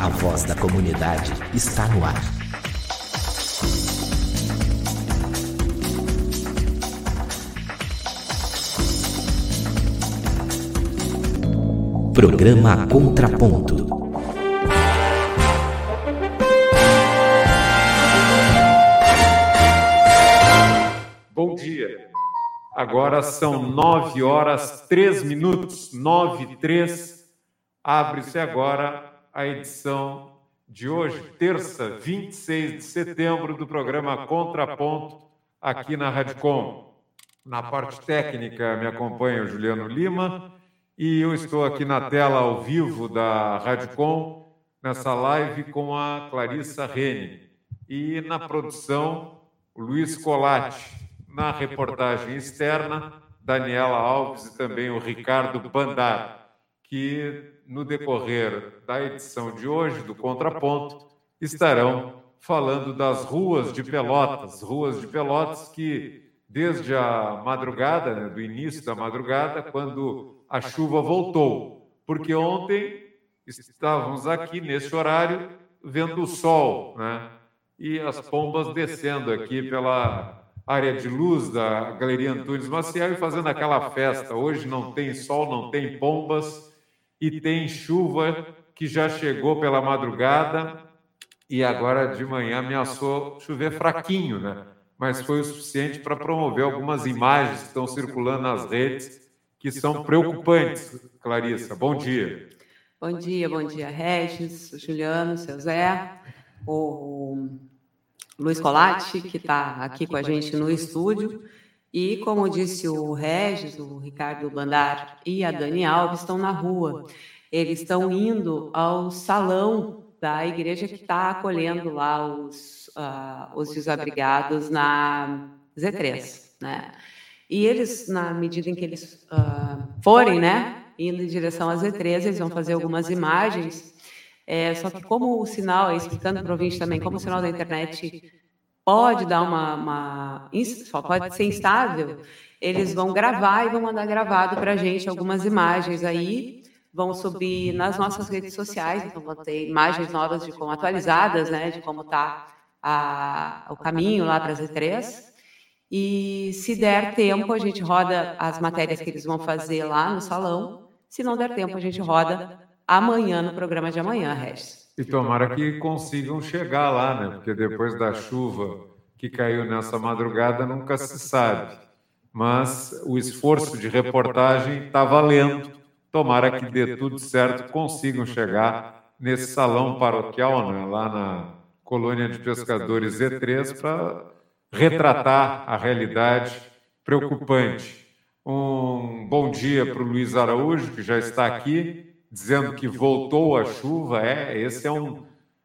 A voz da comunidade está no ar. Programa Contraponto. Bom dia. Agora são 9h03, 9h03. Abre-se agora a edição de hoje, terça, 26 de setembro, do programa Contraponto, aqui na Radicom. Na parte técnica me acompanha o Juliano Lima e eu estou aqui na tela ao vivo da Radicom, nessa live com a Clarissa Rene. E na produção, o Luiz Colatti. Na reportagem externa, Daniela Alves e também o Ricardo Bandar, que no decorrer da edição de hoje do Contraponto estarão falando das ruas de Pelotas que desde a madrugada, né, do início da madrugada, quando a chuva voltou, porque ontem estávamos aqui nesse horário vendo o sol, né, e as pombas descendo aqui pela área de luz da Galeria Antunes Maciel e fazendo aquela festa. Hoje não tem sol, não tem pombas e tem chuva que já chegou pela madrugada e agora de manhã ameaçou chover fraquinho, né? Mas foi o suficiente para promover algumas imagens que estão circulando nas redes que são preocupantes. Clarissa, bom dia. Bom dia, Regis, Juliano, seu Zé, o Luiz Colatti, que está aqui com a gente no estúdio. E, como disse o Regis, o Ricardo Bandar e a Dani Alves estão na rua. Eles estão indo ao salão da igreja que está acolhendo lá os desabrigados na Z3, né? E eles, na medida em que eles forem, né, indo em direção à Z3, eles vão fazer algumas imagens. Só que como o sinal, explicando para o ouvinte também, como o sinal da internet pode dar só pode ser instável, eles vão gravar e vão mandar gravado para a gente algumas imagens aí, vão subir nas nossas redes sociais, então vão ter imagens novas de como atualizadas, né, de como está o caminho lá para a Z3. E se der tempo, a gente roda as matérias que eles vão fazer lá no salão. Se não der tempo, a gente roda amanhã no programa de amanhã, Regis. E tomara que consigam chegar lá, né? Porque depois da chuva que caiu nessa madrugada, nunca se sabe. Mas o esforço de reportagem está valendo. Tomara que dê tudo certo, consigam chegar nesse salão paroquial, né? Lá na colônia de pescadores Z3, para retratar a realidade preocupante. Um bom dia para o Luiz Araújo, que já está aqui, dizendo que voltou a chuva. Esse é um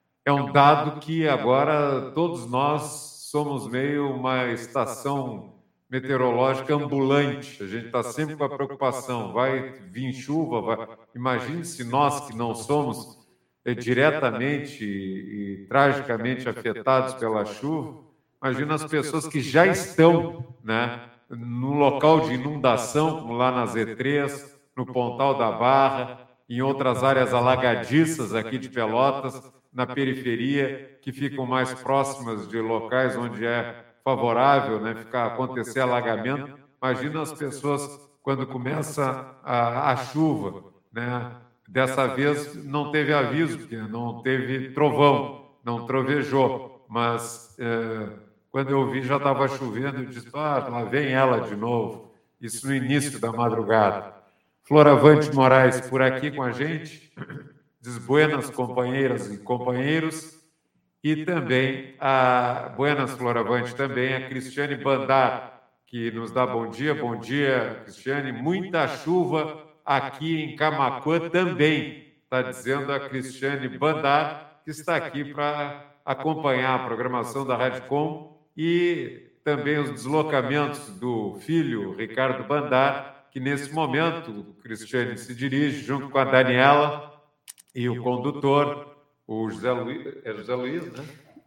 dado que agora todos nós somos meio uma estação meteorológica ambulante. A gente está sempre com a preocupação, vai vir chuva, Imagine se nós que não somos diretamente e tragicamente afetados pela chuva, imagina as pessoas que já estão, né, no local de inundação, como lá na Z3, no Pontal da Barra, em outras áreas alagadiças aqui de Pelotas, na periferia, que ficam mais próximas de locais onde é favorável, né, acontecer alagamento. Imagina as pessoas quando começa a chuva, né? Dessa vez não teve aviso, porque não teve trovão, não trovejou, mas quando eu vi já estava chovendo, eu disse, lá vem ela de novo. Isso no início da madrugada. Floravante Moraes por aqui com a gente, buenas companheiras e companheiros, e também buenas Floravante também, a Cristiane Bandar, que nos dá bom dia, Cristiane, muita chuva aqui em Camaquã também, está dizendo a Cristiane Bandar, que está aqui para acompanhar a programação da Radicom e também os deslocamentos do filho, Ricardo Bandar, que nesse momento o Cristiane se dirige junto com a Daniela e o condutor, o José Luiz, José Luiz, né?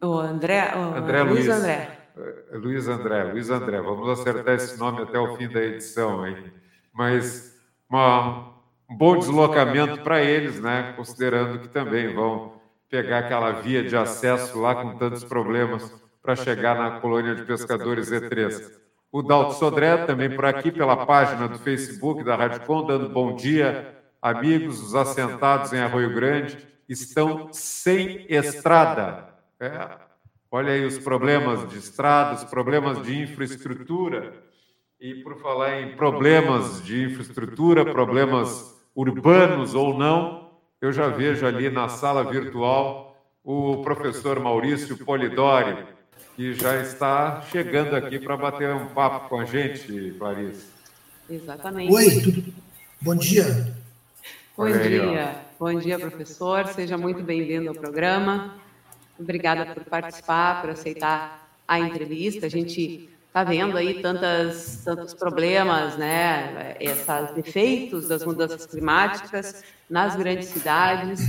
Luiz André, vamos acertar esse nome até o fim da edição aí. Mas um bom deslocamento para eles, né? Considerando que também vão pegar aquela via de acesso lá com tantos problemas para chegar na colônia de pescadores E3. O Dalto Sodré, também por aqui, pela página do Facebook da Rádio Com, dando bom dia. Amigos, os assentados em Arroio Grande estão sem estrada. Olha aí os problemas de estrada, os problemas de infraestrutura. E por falar em problemas de infraestrutura, problemas urbanos ou não, eu já vejo ali na sala virtual o professor Maurício Polidori, que já está chegando aqui para bater um papo com a gente, Clarice. Exatamente. Oi, tudo? Bom dia. Bom dia, professor. Seja muito bem-vindo ao programa. Obrigada por participar, por aceitar a entrevista. A gente está vendo aí tantos problemas, né? Esses efeitos das mudanças climáticas nas grandes cidades.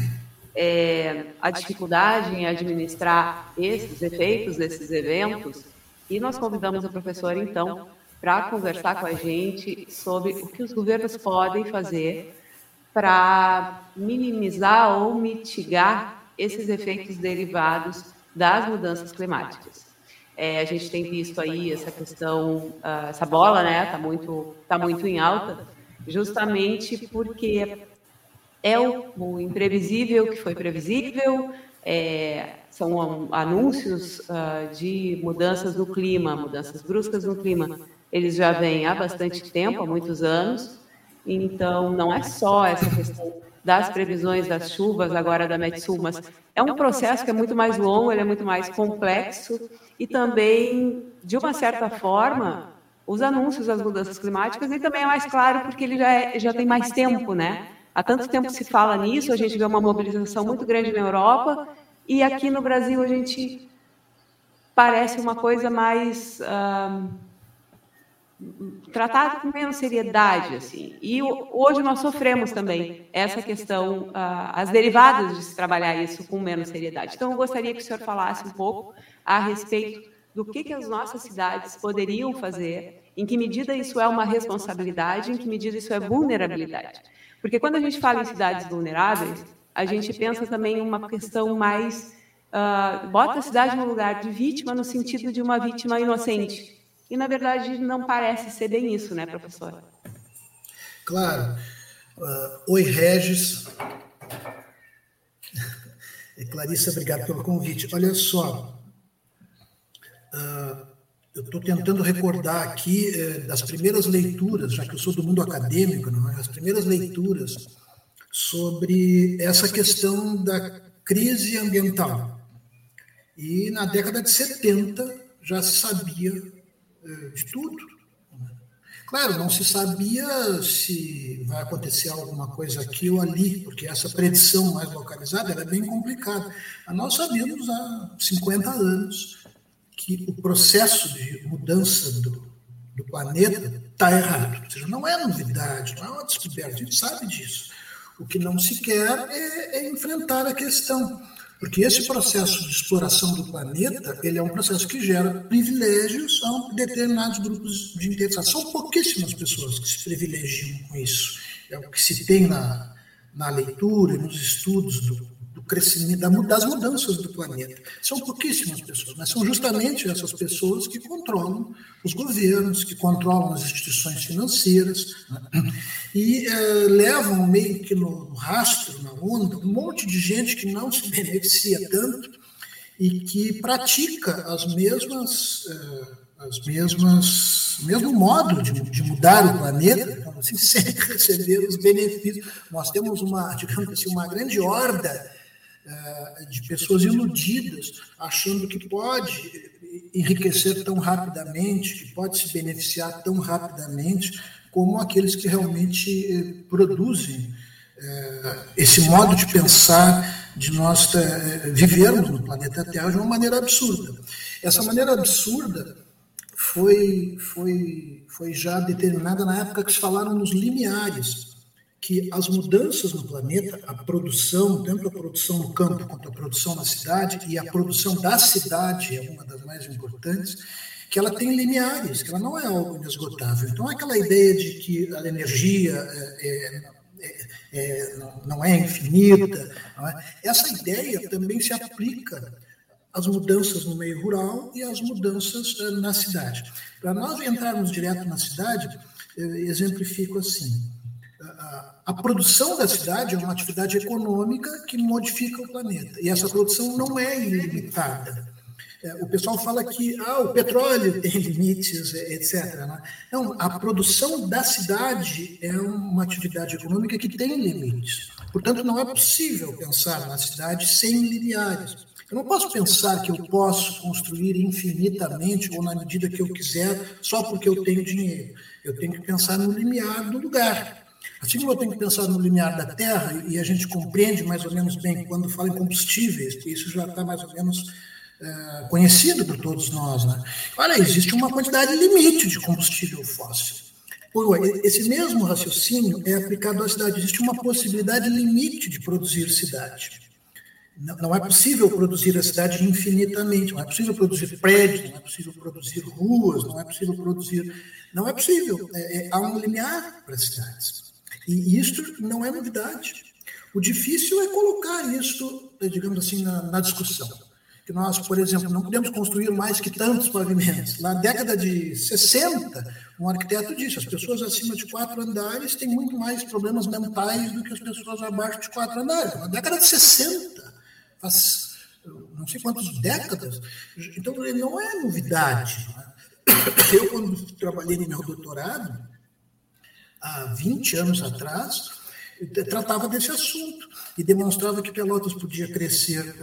A dificuldade em administrar esses efeitos desses eventos, e nós convidamos o professor, então, para conversar com a gente sobre o que os governos podem fazer para minimizar ou mitigar esses efeitos derivados das mudanças climáticas. A gente tem visto aí essa questão, essa bola, né, tá muito em alta, justamente porque é o imprevisível que foi previsível, são anúncios de mudanças no clima, mudanças bruscas no clima. Eles já vêm há bastante tempo, há muitos anos, então não é só essa questão das previsões das chuvas agora da Metsul, mas é um processo que é muito mais longo, ele é muito mais complexo e também, de uma certa forma, os anúncios das mudanças climáticas, ele também é mais claro porque ele já tem mais tempo, né? Há tanto tempo que se fala nisso, a gente vê uma mobilização muito grande na Europa e aqui no Brasil a gente parece uma coisa mais tratada com menos seriedade, assim. E hoje nós sofremos também essa questão, as derivadas de se trabalhar isso com menos seriedade. Então, eu gostaria que o senhor falasse um pouco a respeito do que as nossas cidades poderiam fazer, em que medida isso é uma responsabilidade, em que medida isso é vulnerabilidade. Porque quando a gente fala em cidades vulneráveis, a gente pensa também em uma questão mais... bota a cidade no lugar de vítima, no sentido de uma vítima inocente. E, na verdade, não parece ser bem isso, né, professor? Claro. Oi, Regis. Clarissa, obrigado pelo convite. Olha só, eu estou tentando recordar aqui das primeiras leituras, já que eu sou do mundo acadêmico, não é? As primeiras leituras sobre essa questão da crise ambiental. E na década de 70 já se sabia de tudo. Claro, não se sabia se vai acontecer alguma coisa aqui ou ali, porque essa predição mais localizada era bem complicada. Nós sabíamos há 50 anos que o processo de mudança do planeta está errado. Ou seja, não é novidade, não é uma descoberta, a gente sabe disso. O que não se quer é enfrentar a questão. Porque esse processo de exploração do planeta, ele é um processo que gera privilégios a determinados grupos de interessados. São pouquíssimas pessoas que se privilegiam com isso. É o que se tem na leitura, nos estudos do crescimento, das mudanças do planeta. São pouquíssimas pessoas, mas são justamente essas pessoas que controlam os governos, que controlam as instituições financeiras, né? E levam meio que no rastro, na onda, um monte de gente que não se beneficia tanto e que pratica o mesmo modo de mudar o planeta, então, assim, sem receber os benefícios. Nós temos digamos assim, uma grande horda de pessoas iludidas, achando que pode enriquecer tão rapidamente, que pode se beneficiar tão rapidamente, como aqueles que realmente produzem esse modo de pensar, de nós vivermos no planeta Terra de uma maneira absurda. Essa maneira absurda foi já determinada na época que se falaram nos limiares, que as mudanças no planeta, a produção, tanto a produção no campo quanto a produção na cidade, e a produção da cidade é uma das mais importantes, que ela tem limiares, que ela não é algo inesgotável. Então, aquela ideia de que a energia não é infinita. Não é? Essa ideia também se aplica às mudanças no meio rural e às mudanças na cidade. Para nós entrarmos direto na cidade, eu exemplifico assim. A produção da cidade é uma atividade econômica que modifica o planeta. E essa produção não é ilimitada. O pessoal fala que o petróleo tem limites, etc. Não, a produção da cidade é uma atividade econômica que tem limites. Portanto, não é possível pensar na cidade sem limiares. Eu não posso pensar que eu posso construir infinitamente ou na medida que eu quiser só porque eu tenho dinheiro. Eu tenho que pensar no limiar do lugar. Assim como eu tenho que pensar no limiar da Terra, e a gente compreende mais ou menos bem quando fala em combustíveis, porque isso já está mais ou menos conhecido por todos nós. Né? Olha, existe uma quantidade limite de combustível fóssil. Esse mesmo raciocínio é aplicado à cidade. Existe uma possibilidade limite de produzir cidade. Não é possível produzir a cidade infinitamente, não é possível produzir prédios, não é possível produzir ruas, não é possível produzir... Não é possível. Há um limiar para as cidades. E isso não é novidade. O difícil é colocar isso, digamos assim, na discussão. Que nós, por exemplo, não podemos construir mais que tantos pavimentos. Na década de 60, um arquiteto disse, as pessoas acima de 4 andares têm muito mais problemas mentais do que as pessoas abaixo de 4 andares. Na década de 60, faz não sei quantas décadas. Então, não é novidade. Não é? Eu, quando trabalhei no meu doutorado, há 20 anos atrás, tratava desse assunto e demonstrava que Pelotas podia crescer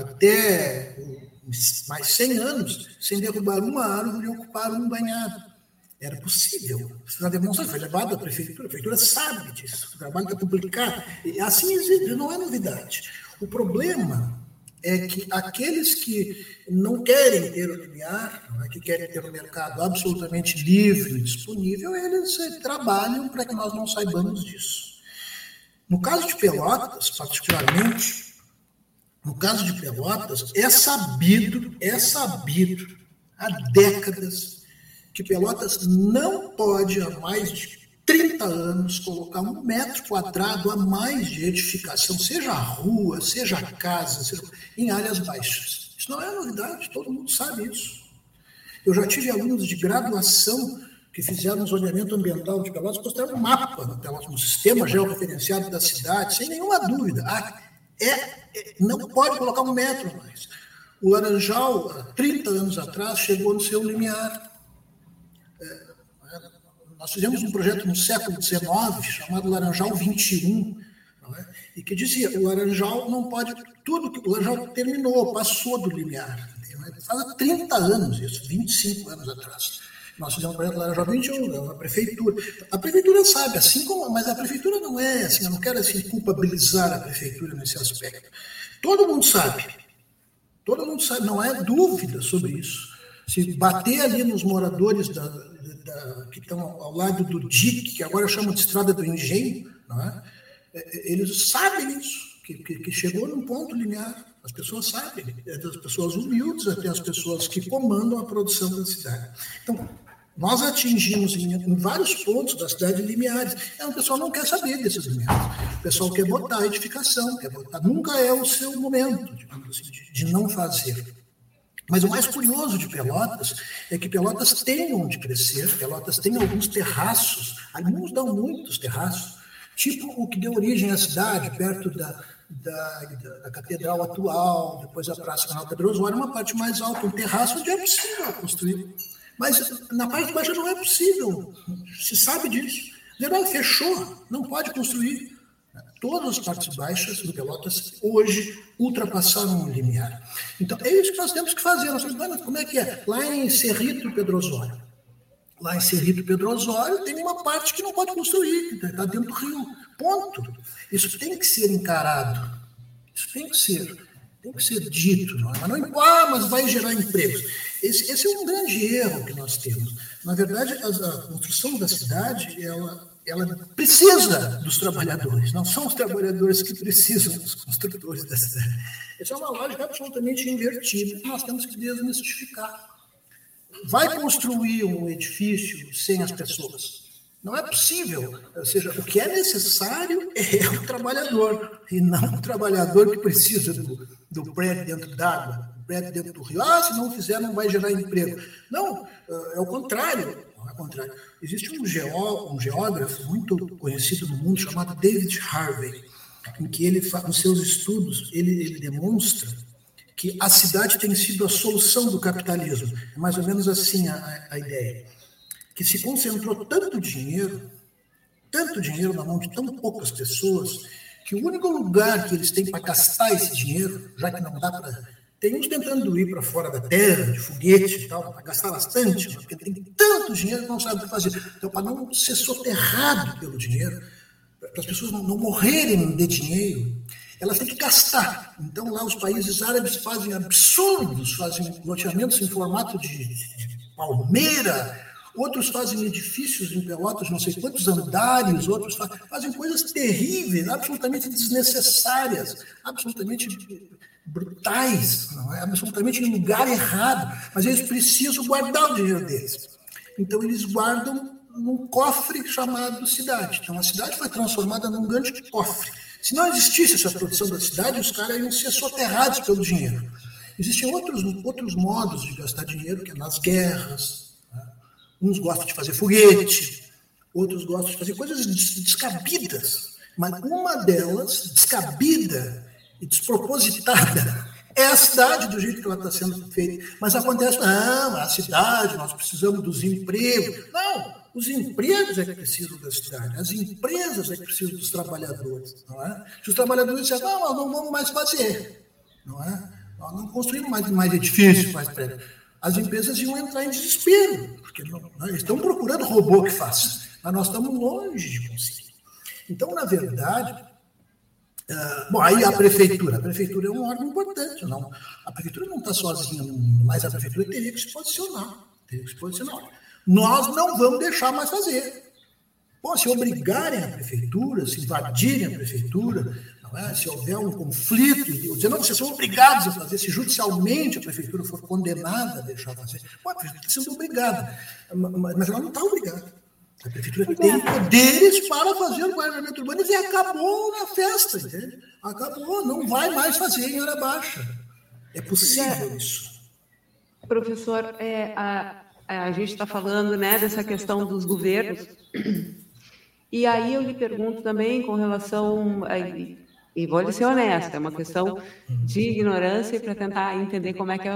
até mais 100 anos sem derrubar uma árvore e ocupar um banhado. Era possível. Isso na demonstração foi levado à prefeitura sabe disso, o trabalho está publicado. E assim existe, não é novidade. O problema é que aqueles que não querem ter o limiar, que querem ter um mercado absolutamente livre e disponível, eles trabalham para que nós não saibamos disso. No caso de Pelotas, particularmente, é sabido há décadas que Pelotas não pode, há mais de 30 anos, colocar 1 metro quadrado a mais de edificação, seja rua, seja casa, em áreas baixas. Isso não é novidade, todo mundo sabe isso. Eu já tive alunos de graduação que fizeram um zoneamento ambiental de Pelotas, postaram um mapa no Pelotas, no sistema georreferenciado da cidade, sem nenhuma dúvida. Não pode colocar 1 metro a mais. O Laranjal, há 30 anos atrás, chegou no seu limiar. Nós fizemos um projeto no século XIX, chamado Laranjal 21, não é? E que dizia, o Laranjal não pode... O Laranjal terminou, passou do limiar. Faz 30 anos isso, 25 anos atrás. Nós fizemos um projeto Laranjal 21, a prefeitura. A prefeitura sabe, assim como... Mas a prefeitura não é assim, eu não quero assim, culpabilizar a prefeitura nesse aspecto. Todo mundo sabe, não há dúvida sobre isso. Se bater ali nos moradores que estão ao lado do DIC, que agora chamam de Estrada do Engenho, não é? Eles sabem isso, que chegou num ponto limiar. As pessoas sabem, das pessoas humildes até as pessoas que comandam a produção da cidade. Então, nós atingimos em vários pontos da cidade limiares. O pessoal não quer saber desses limiares. O pessoal quer botar edificação, nunca é o seu momento, digamos assim, de não fazer. Mas o mais curioso de Pelotas é que Pelotas tem onde crescer, Pelotas tem alguns terraços, alguns dão muitos terraços, tipo o que deu origem à cidade, perto da catedral atual, depois a Praça Canal Pedro Osório, uma parte mais alta, um terraço onde é possível construir. Mas na parte baixa não é possível, se sabe disso. Fechou, não pode construir. Todas as partes baixas do Pelotas hoje ultrapassaram o limiar. Então, é isso que nós temos que fazer. Nós temos, como é que é? Lá em Cerrito Pedro Osório. Tem uma parte que não pode construir, que está dentro do rio. Ponto. Isso tem que ser encarado. Isso tem que ser dito. Mas vai gerar empregos. Esse é um grande erro que nós temos. Na verdade, a construção da cidade, ela precisa dos trabalhadores, não são os trabalhadores que precisam dos construtores da cidade. Essa é uma lógica absolutamente invertida que nós temos que desmistificar. Vai construir um edifício sem as pessoas? Não é possível. Ou seja, o que é necessário é o trabalhador, e não o trabalhador que precisa do prédio dentro d'água, do prédio dentro do rio. Se não fizer, não vai gerar emprego. Não, é o contrário. Não é o contrário. Existe um geógrafo muito conhecido no mundo chamado David Harvey, em que ele, nos seus estudos, ele demonstra que a cidade tem sido a solução do capitalismo. É mais ou menos assim a ideia. Que se concentrou tanto dinheiro na mão de tão poucas pessoas, que o único lugar que eles têm para gastar esse dinheiro, já que não dá para... Tem uns tentando ir para fora da terra, de foguete e tal, para gastar bastante, porque tem tanto dinheiro que não sabe o que fazer. Então, para não ser soterrado pelo dinheiro, para as pessoas não morrerem de dinheiro, elas têm que gastar. Então, lá os países árabes fazem absurdos, fazem loteamentos em formato de palmeira, outros fazem edifícios em Pelotas, não sei quantos andares, outros fazem coisas terríveis, absolutamente desnecessárias, absolutamente brutais, não é? Absolutamente em lugar errado, mas eles precisam guardar o dinheiro deles. Então, eles guardam num cofre chamado cidade. Então, a cidade foi transformada num grande cofre. Se não existisse essa produção da cidade, os caras iam ser soterrados pelo dinheiro. Existem outros modos de gastar dinheiro, que é nas guerras. Uns gostam de fazer foguete, outros gostam de fazer coisas descabidas. Mas uma delas, descabida e despropositada, é a cidade do jeito que ela está sendo feita. Mas acontece, não, a cidade, nós precisamos dos empregos. Não, os empregos é que precisam da cidade, as empresas é que precisam dos trabalhadores. Não é? Se os trabalhadores disserem, não, nós não vamos mais fazer, não é? Nós não construímos mais edifícios, mais prédios. As empresas iam entrar em desespero, porque eles estão procurando robô que faça, mas nós estamos longe de conseguir. Então, na verdade, aí a prefeitura é um órgão importante, não? A prefeitura não está sozinha, mas a prefeitura teria que se posicionar. Nós não vamos deixar mais fazer. Se obrigarem a prefeitura, se invadirem a prefeitura, se houver um conflito, dizer, não, vocês são obrigados a fazer, se judicialmente a prefeitura for condenada a deixar fazer, a prefeitura está sendo obrigada, mas ela não está obrigada. A prefeitura tem poderes para fazer o planejamento urbano e acabou na festa, entende? Acabou, não vai mais fazer em hora baixa. É possível isso. Professor, a gente está falando, né, dessa questão dos governos, e aí eu lhe pergunto também com relação... E vou lhe ser honesta, é uma questão de ignorância para tentar entender como é que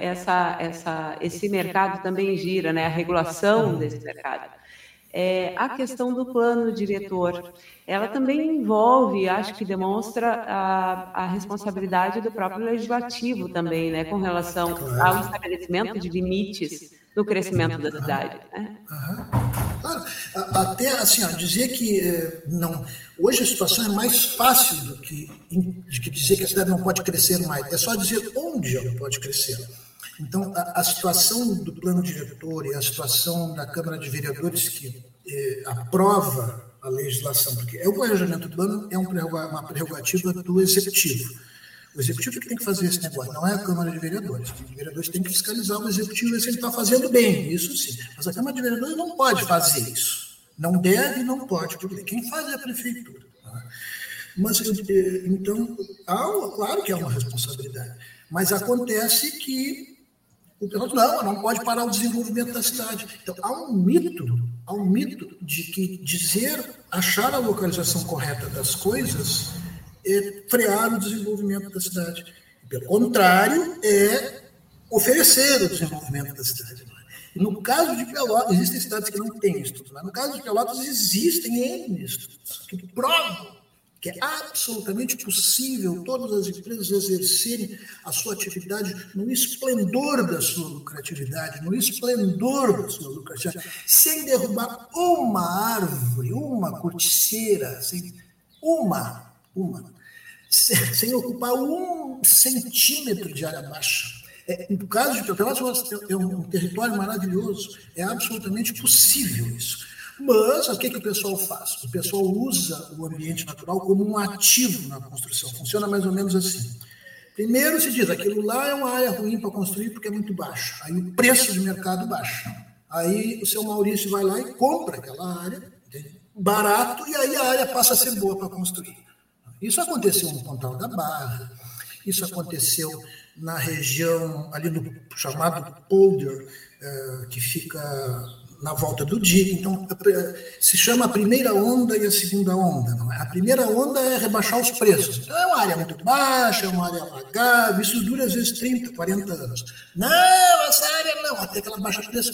esse mercado também gira, né? A regulação desse mercado. A questão do plano diretor, ela também envolve, acho que demonstra a responsabilidade do próprio legislativo também, né? Com relação ao estabelecimento de limites no crescimento da cidade, né? Claro, até assim, dizer que não, hoje a situação é mais fácil do que dizer que a cidade não pode crescer mais, é só dizer onde ela pode crescer. Então, a situação do plano diretor e a situação da Câmara de Vereadores que aprova a legislação, porque o planejamento urbano é uma prerrogativa do Executivo. O Executivo que tem que fazer esse negócio, não é a Câmara de Vereadores. Os vereadores têm que fiscalizar o Executivo e ver se ele está fazendo bem, isso sim. Mas a Câmara de Vereadores não pode fazer isso. Não deve e não pode. Quem faz é a Prefeitura. Tá? Mas, então, claro que é uma responsabilidade. Mas acontece que o pessoal não pode parar o desenvolvimento da cidade. Então, há um mito de que achar a localização correta das coisas frear o desenvolvimento da cidade. Pelo contrário, oferecer o desenvolvimento da cidade. E no caso de Pelotas, existem cidades que não têm estudos, mas no caso de Pelotas existem N estudos que provam que é absolutamente possível todas as empresas exercerem a sua atividade no esplendor da sua lucratividade, sem derrubar uma árvore, uma corticeira, sem ocupar 1 centímetro de área baixa. No caso de Pelotas, é um território maravilhoso, é absolutamente possível isso. Mas o que o pessoal faz? O pessoal usa o ambiente natural como um ativo na construção. Funciona mais ou menos assim. Primeiro se diz, aquilo lá é uma área ruim para construir porque é muito baixa. Aí o preço de mercado baixa. Aí o seu Maurício vai lá e compra aquela área barato, e aí a área passa a ser boa para construir. Isso aconteceu no Pontal da Barra, isso aconteceu na região ali do chamado Polder, que fica na volta do dique. Então, se chama a primeira onda e a segunda onda. Não é? A primeira onda é rebaixar os preços. Então, é uma área muito baixa, é uma área alagável, isso dura às vezes 30, 40 anos. Não, essa área não, até que ela baixa preço,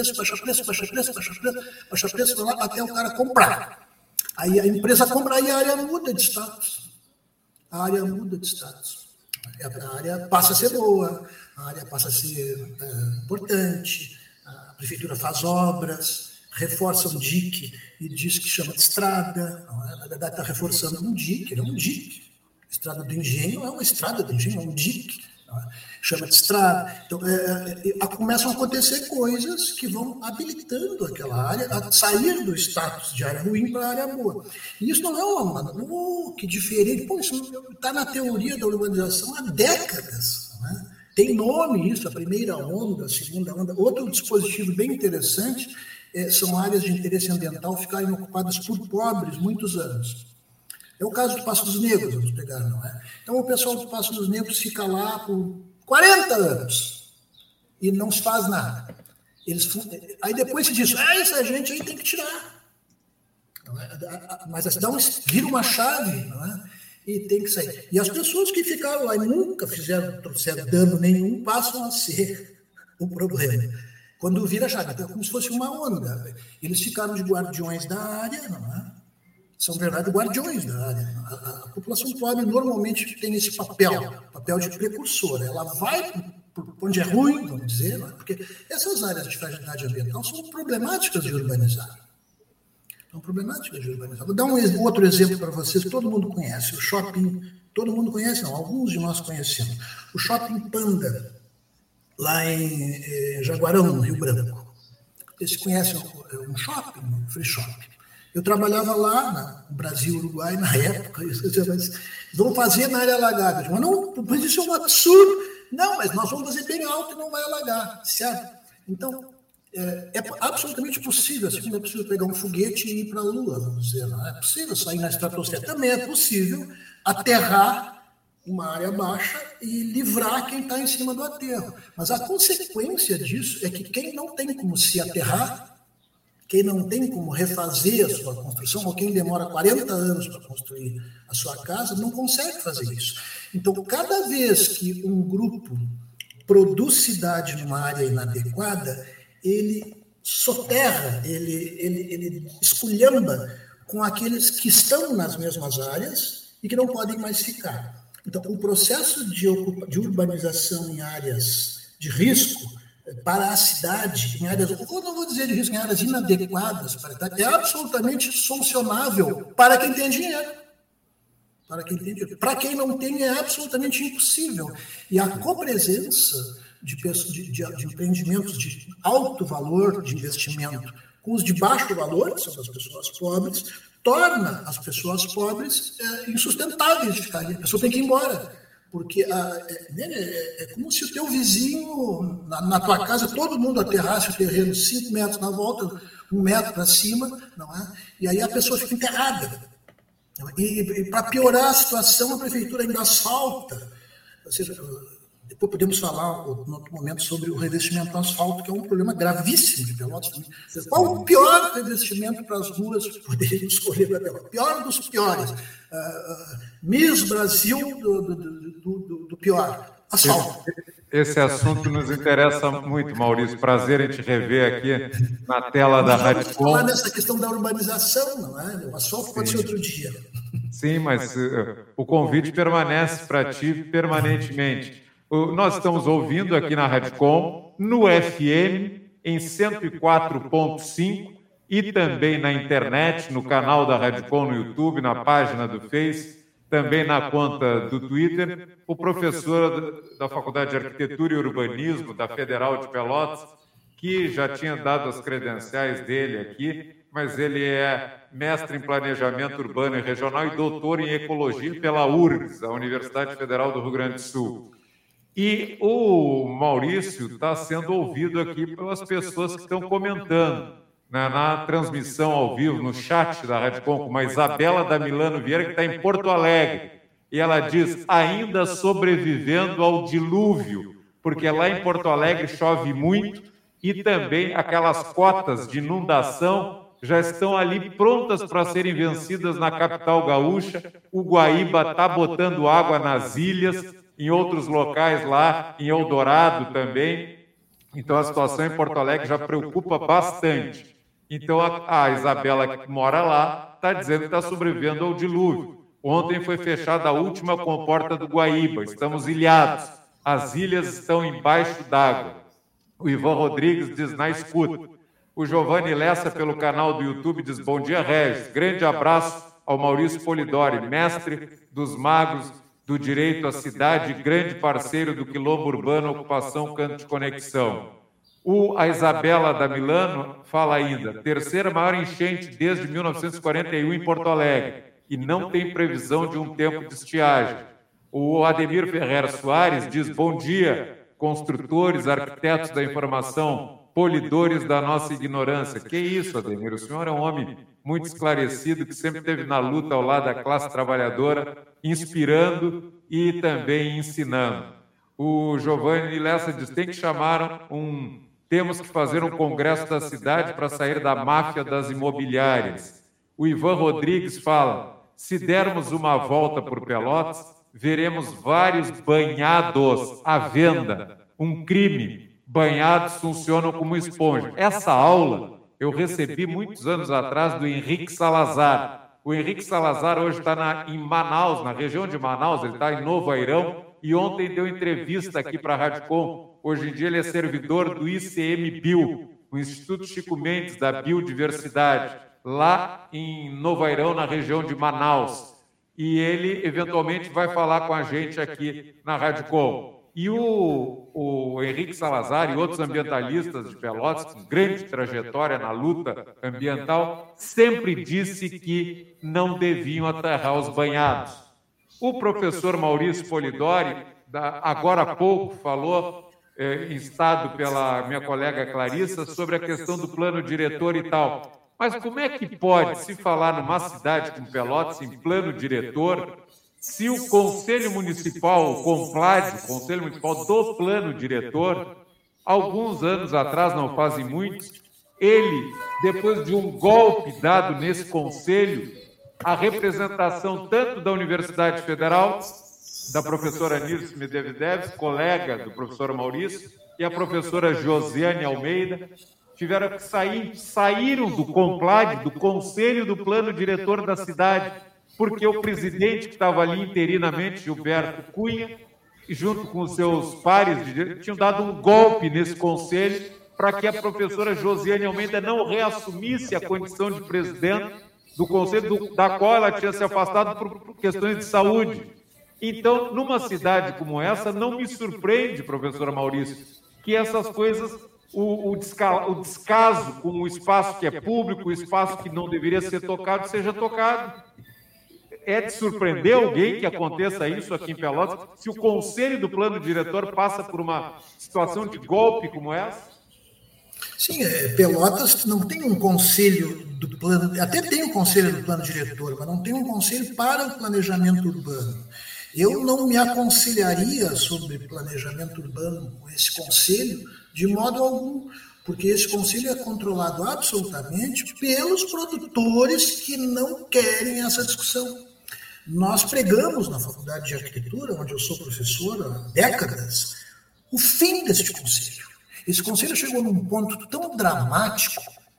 até o cara comprar. Aí a empresa compra e a área muda de status. A área muda de status. A área passa a ser boa, a área passa a ser importante, a prefeitura faz obras, reforça um dique e diz que chama de estrada. Na verdade, está reforçando um dique, é um dique. A estrada do Engenho não é uma estrada do Engenho, é um dique. Chama de estrada. Então, começam a acontecer coisas que vão habilitando aquela área a sair do status de área ruim para a área boa. E isso não é uma... que diferente. Pô, isso está na teoria da urbanização há décadas. Não é? Tem nome isso, a primeira onda, a segunda onda. Outro dispositivo bem interessante são áreas de interesse ambiental ficarem ocupadas por pobres muitos anos. É o caso do Passo dos Negros, vamos pegar, não é? Então, o pessoal do Passo dos Negros fica lá por 40 anos e não se faz nada. Aí depois se diz, essa gente aí tem que tirar. Não é? Mas vira uma chave, não é? E tem que sair. E as pessoas que ficaram lá e nunca trouxeram dano nenhum passam a ser o problema. Quando vira a chave, então é como se fosse uma onda. Eles ficaram de guardiões da área, não é? São verdadeiros guardiões da área. A população pobre normalmente tem esse papel de precursora. Ela vai por onde é ruim, vamos dizer, não é? Porque essas áreas de fragilidade ambiental são problemáticas de urbanizar. Vou dar um outro exemplo para vocês que todo mundo conhece. O shopping, todo mundo conhece, não, alguns de nós conhecemos. O Shopping Panda, lá em Jaguarão, no Rio Branco. Vocês conhecem um shopping, um free shop. Eu trabalhava lá, no Brasil, Uruguai, na época. Vão fazer na área alagada. Mas não, mas isso é um absurdo. Não, mas nós vamos fazer bem alto e não vai alagar, certo? Então, é absolutamente possível. Assim como é possível pegar um foguete e ir para a Lua, vamos dizer. Não é possível sair na estratosfera. Também é possível aterrar uma área baixa e livrar quem está em cima do aterro. Mas a consequência disso é que quem não tem como se aterrar, quem não tem como refazer a sua construção, ou quem demora 40 anos para construir a sua casa, não consegue fazer isso. Então, cada vez que um grupo produz cidade numa área inadequada, ele soterra, ele esculhamba com aqueles que estão nas mesmas áreas e que não podem mais ficar. Então, o processo de urbanização em áreas de risco para a cidade, em áreas, eu não vou dizer de risco, em áreas inadequadas, é absolutamente solucionável para quem tem dinheiro. Para quem não tem, é absolutamente impossível. E a copresença de empreendimentos de alto valor de investimento com os de baixo valor, que são das pessoas pobres, torna as pessoas pobres insustentáveis de ficar ali. A pessoa tem que ir embora. Porque é como se o teu vizinho, na tua casa, todo mundo aterrasse o terreno 5 metros na volta, 1 metro para cima, não é? E aí a pessoa fica enterrada. E para piorar a situação, a prefeitura ainda asfalta. Ou seja, depois podemos falar, em outro momento, sobre o revestimento do asfalto, que é um problema gravíssimo de Pelotas. Qual o pior revestimento para as ruas poderíamos escolher para Pelotas? Pior dos piores. Miss Brasil do pior. Asfalto. Esse assunto nos interessa muito, Maurício. Prazer em te rever aqui na tela da Rádio Com. Falar nessa questão da urbanização, não é? O asfalto pode ser outro dia. Sim, mas o convite permanece para ti permanentemente. Nós estamos ouvindo aqui na Rádio Com, no FM, em 104.5 e também na internet, no canal da Rádio Com no YouTube, na página do Face, também na conta do Twitter, o professor da Faculdade de Arquitetura e Urbanismo da Federal de Pelotas, que já tinha dado as credenciais dele aqui, mas ele é mestre em Planejamento Urbano e Regional e doutor em Ecologia pela URGS, a Universidade Federal do Rio Grande do Sul. E o Maurício está sendo ouvido aqui pelas pessoas que estão comentando na transmissão ao vivo, no chat da Rádio Com, com a Isabela da Milano Vieira, que está em Porto Alegre. E ela diz, ainda sobrevivendo ao dilúvio, porque lá em Porto Alegre chove muito e também aquelas cotas de inundação já estão ali prontas para serem vencidas na capital gaúcha. O Guaíba está botando água nas ilhas, em outros locais lá, em Eldorado também. Então, a situação em Porto Alegre já preocupa bastante. Então, a Isabela, que mora lá, está dizendo que está sobrevivendo ao dilúvio. Ontem foi fechada a última comporta do Guaíba. Estamos ilhados. As ilhas estão embaixo d'água. O Ivan Rodrigues diz, na escuta. O Giovanni Lessa, pelo canal do YouTube, diz, bom dia, Regis. Grande abraço ao Maurício Polidori, mestre dos magos do direito à cidade, grande parceiro do Quilombo Urbano, Ocupação Canto de Conexão. A Isabela da Milano fala ainda, terceira maior enchente desde 1941 em Porto Alegre, e não tem previsão de um tempo de estiagem. O Ademir Ferreira Soares diz, bom dia, construtores, arquitetos da informação, polidores da nossa ignorância. Que isso, Ademir? O senhor é um homem muito esclarecido, que sempre esteve na luta ao lado da classe trabalhadora, inspirando e também ensinando. O Giovanni Lessa diz, temos que fazer um congresso da cidade para sair da máfia das imobiliárias. O Ivan Rodrigues fala, se dermos uma volta por Pelotas, veremos vários banhados à venda. Um crime. Banhados funcionam como esponja. Essa aula eu recebi muitos anos atrás do Henrique Salazar. O Henrique Salazar hoje está em Manaus, na região de Manaus, ele está em Novo Airão, e ontem deu entrevista aqui para a Rádio Com. Hoje em dia ele é servidor do ICMBio, o Instituto Chico Mendes da Biodiversidade, lá em Novo Airão, na região de Manaus. E ele, eventualmente, vai falar com a gente aqui na Rádio Com. E o Henrique Salazar e outros ambientalistas de Pelotas, com grande trajetória na luta ambiental, sempre disse que não deviam aterrar os banhados. O professor Maurício Polidori, agora há pouco, falou, instado pela minha colega Clarissa, sobre a questão do plano diretor e tal. Mas como é que pode se falar numa cidade como Pelotas em plano diretor, se o Conselho Municipal, o COMPLAD, o Conselho Municipal do Plano Diretor, alguns anos atrás, não fazem muitos, ele, depois de um golpe dado nesse Conselho, a representação tanto da Universidade Federal, da professora Nirce Medvedev, colega do professor Maurício, e a professora Josiane Almeida, tiveram que saíram do COMPLAD, do Conselho do Plano Diretor da cidade, porque o presidente que estava ali interinamente, Gilberto Cunha, junto com os seus pares, tinham dado um golpe nesse conselho para que a professora Josiane Almeida não reassumisse a condição de presidente do conselho, da qual ela tinha se afastado por questões de saúde. Então, numa cidade como essa, não me surpreende, professora Maurício, que essas coisas, o descaso com o espaço que é público, o espaço que não deveria ser tocado, seja tocado. É de surpreender alguém que aconteça isso aqui em Pelotas, se o Conselho do Plano Diretor passa por uma situação de golpe como essa? Sim, Pelotas não tem um conselho do plano, até tem um conselho do plano diretor, mas não tem um conselho para o planejamento urbano. Eu não me aconselharia sobre planejamento urbano com esse conselho de modo algum, porque esse conselho é controlado absolutamente pelos produtores que não querem essa discussão. Nós pregamos na Faculdade de Arquitetura, onde eu sou professor há décadas, o fim deste conselho. Esse conselho chegou num ponto tão dramático,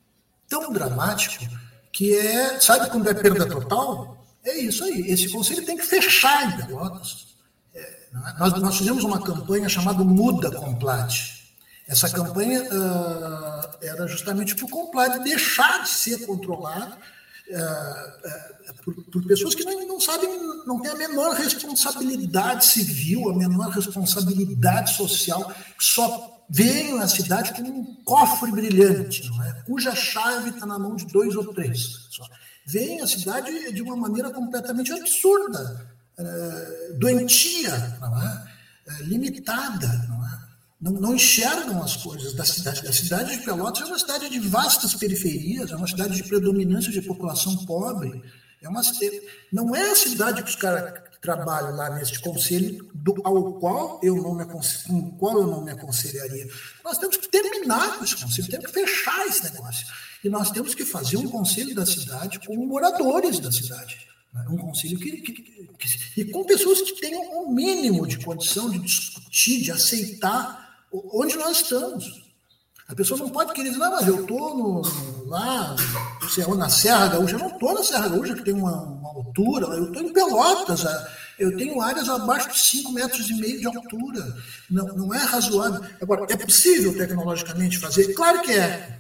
que sabe quando é perda total? É isso aí, esse conselho tem que fechar em Pelotas. Nós fizemos uma campanha chamada Muda COMPLAD. Essa campanha era justamente para o COMPLAD deixar de ser controlado por pessoas que não sabem, não têm a menor responsabilidade civil, a menor responsabilidade social, que só veem a cidade como um cofre brilhante, não é? Cuja chave está na mão de 2 ou 3. Veem a cidade de uma maneira completamente absurda, doentia, não é? Limitada, não é? não enxergam as coisas da cidade. A cidade de Pelotas é uma cidade de vastas periferias, é uma cidade de predominância de população pobre. Não é a cidade que os caras trabalham lá neste conselho com o qual eu não me aconselharia. Nós temos que terminar com esse conselho, temos que fechar esse negócio. E nós temos que fazer um conselho da cidade com moradores da cidade. Um conselho e com pessoas que tenham um mínimo de condição de discutir, de aceitar onde nós estamos. A pessoa não pode querer dizer, não, mas eu estou lá, na Serra Gaúcha. Eu não estou na Serra Gaúcha, que tem uma altura. Eu estou em Pelotas. Eu tenho áreas abaixo de 5,5 metros de altura. Não é razoável. Agora, é possível tecnologicamente fazer? Claro que é.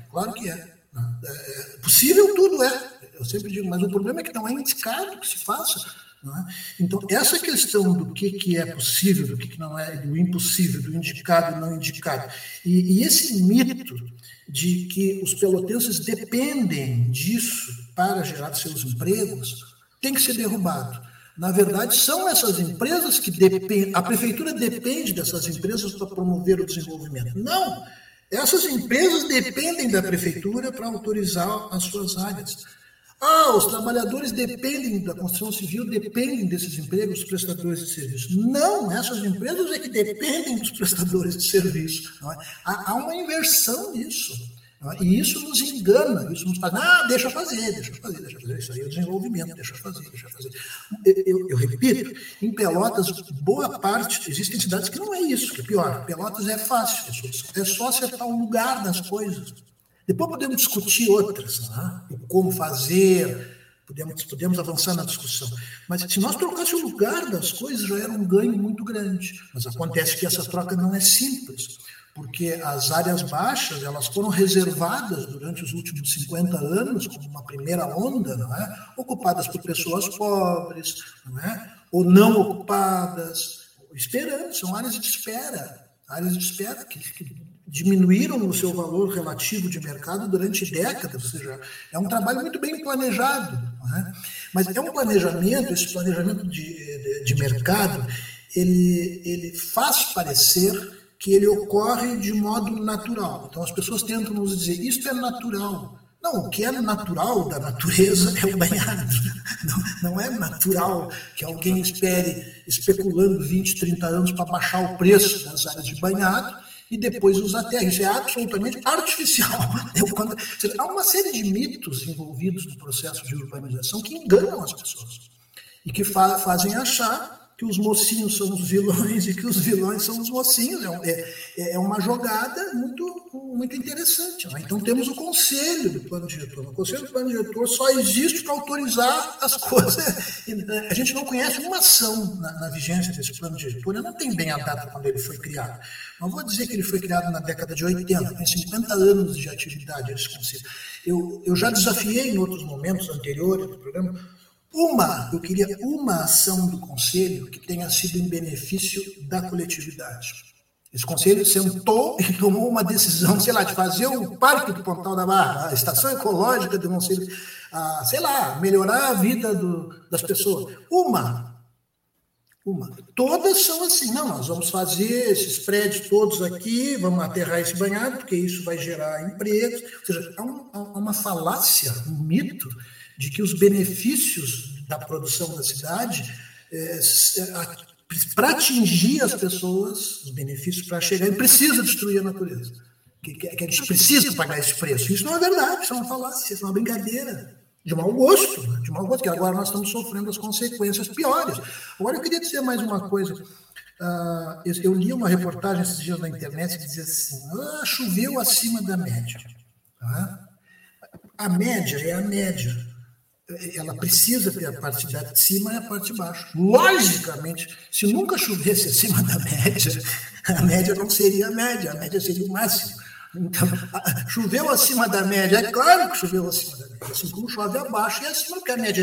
Possível tudo é. Eu sempre digo, mas o problema é que não é indicado que se faça. Não é? Então, essa questão do que é possível, do que não é, do impossível, do indicado e não indicado, e esse mito de que os pelotenses dependem disso para gerar seus empregos, tem que ser derrubado. Na verdade, são essas empresas que dependem, a prefeitura depende dessas empresas para promover o desenvolvimento. Não! Essas empresas dependem da prefeitura para autorizar as suas áreas. Os trabalhadores dependem da construção civil, dependem desses empregos, dos prestadores de serviço. Não, essas empresas é que dependem dos prestadores de serviço. Não é? Há uma inversão nisso. Não é? E isso nos engana, isso nos faz, deixa fazer, isso aí é o desenvolvimento, deixa fazer. Eu repito, em Pelotas, boa parte, existem cidades que não é isso, que é pior. Pelotas é fácil, é só acertar o lugar das coisas. Depois podemos discutir outras, né? Como fazer, podemos avançar na discussão. Mas se nós trocássemos o lugar das coisas, já era um ganho muito grande. Mas acontece que essa troca não é simples, porque as áreas baixas elas foram reservadas durante os últimos 50 anos, como uma primeira onda, não é? Ocupadas por pessoas pobres, não é? Ou não ocupadas, esperando, são áreas de espera que diminuíram o seu valor relativo de mercado durante décadas, ou seja, é um trabalho muito bem planejado, não é? Mas é um planejamento, esse planejamento de mercado, ele faz parecer que ele ocorre de modo natural. Então as pessoas tentam nos dizer, isso é natural. Não, o que é natural da natureza é o banhado. Não é natural que alguém espere, especulando 20, 30 anos para baixar o preço das áreas de banhado, e depois usar terra. Isso é absolutamente artificial. Há uma série de mitos envolvidos no processo de urbanização que enganam as pessoas e que fazem achar que os mocinhos são os vilões e que os vilões são os mocinhos. É uma jogada muito, muito interessante. Né? Então temos o Conselho do Plano Diretor. O Conselho do Plano Diretor só existe para autorizar as coisas. A gente não conhece uma ação na vigência desse Plano Diretor. Eu não tenho bem a data quando ele foi criado. Não vou dizer que ele foi criado na década de 80, tem 50 anos de atividade esse Conselho. Eu já desafiei em outros momentos anteriores do programa. Eu queria uma ação do Conselho que tenha sido em benefício da coletividade. Esse Conselho sentou e tomou uma decisão, sei lá, de fazer o Parque do Pontal da Barra, a estação ecológica do Conselho, melhorar a vida das pessoas. Uma. Todas são assim, não, nós vamos fazer esses prédios todos aqui, vamos aterrar esse banhado, porque isso vai gerar empregos. Ou seja, há uma falácia, um mito, de que os benefícios da produção da cidade, para atingir as pessoas, os benefícios para chegar, ele precisa destruir a natureza. Que a gente precisa pagar esse preço. Isso não é verdade, isso é uma falácia, isso é uma brincadeira. De mau gosto, que agora nós estamos sofrendo as consequências piores. Agora eu queria dizer mais uma coisa. Eu li uma reportagem esses dias na internet que dizia assim, choveu acima da média. A média é a média. Ela precisa ter a parte de cima e a parte de baixo. Logicamente, se nunca chovesse acima da média, a média não seria a média seria o máximo. Então, choveu acima da média, é claro que choveu acima da média, assim como chove abaixo e acima, porque a média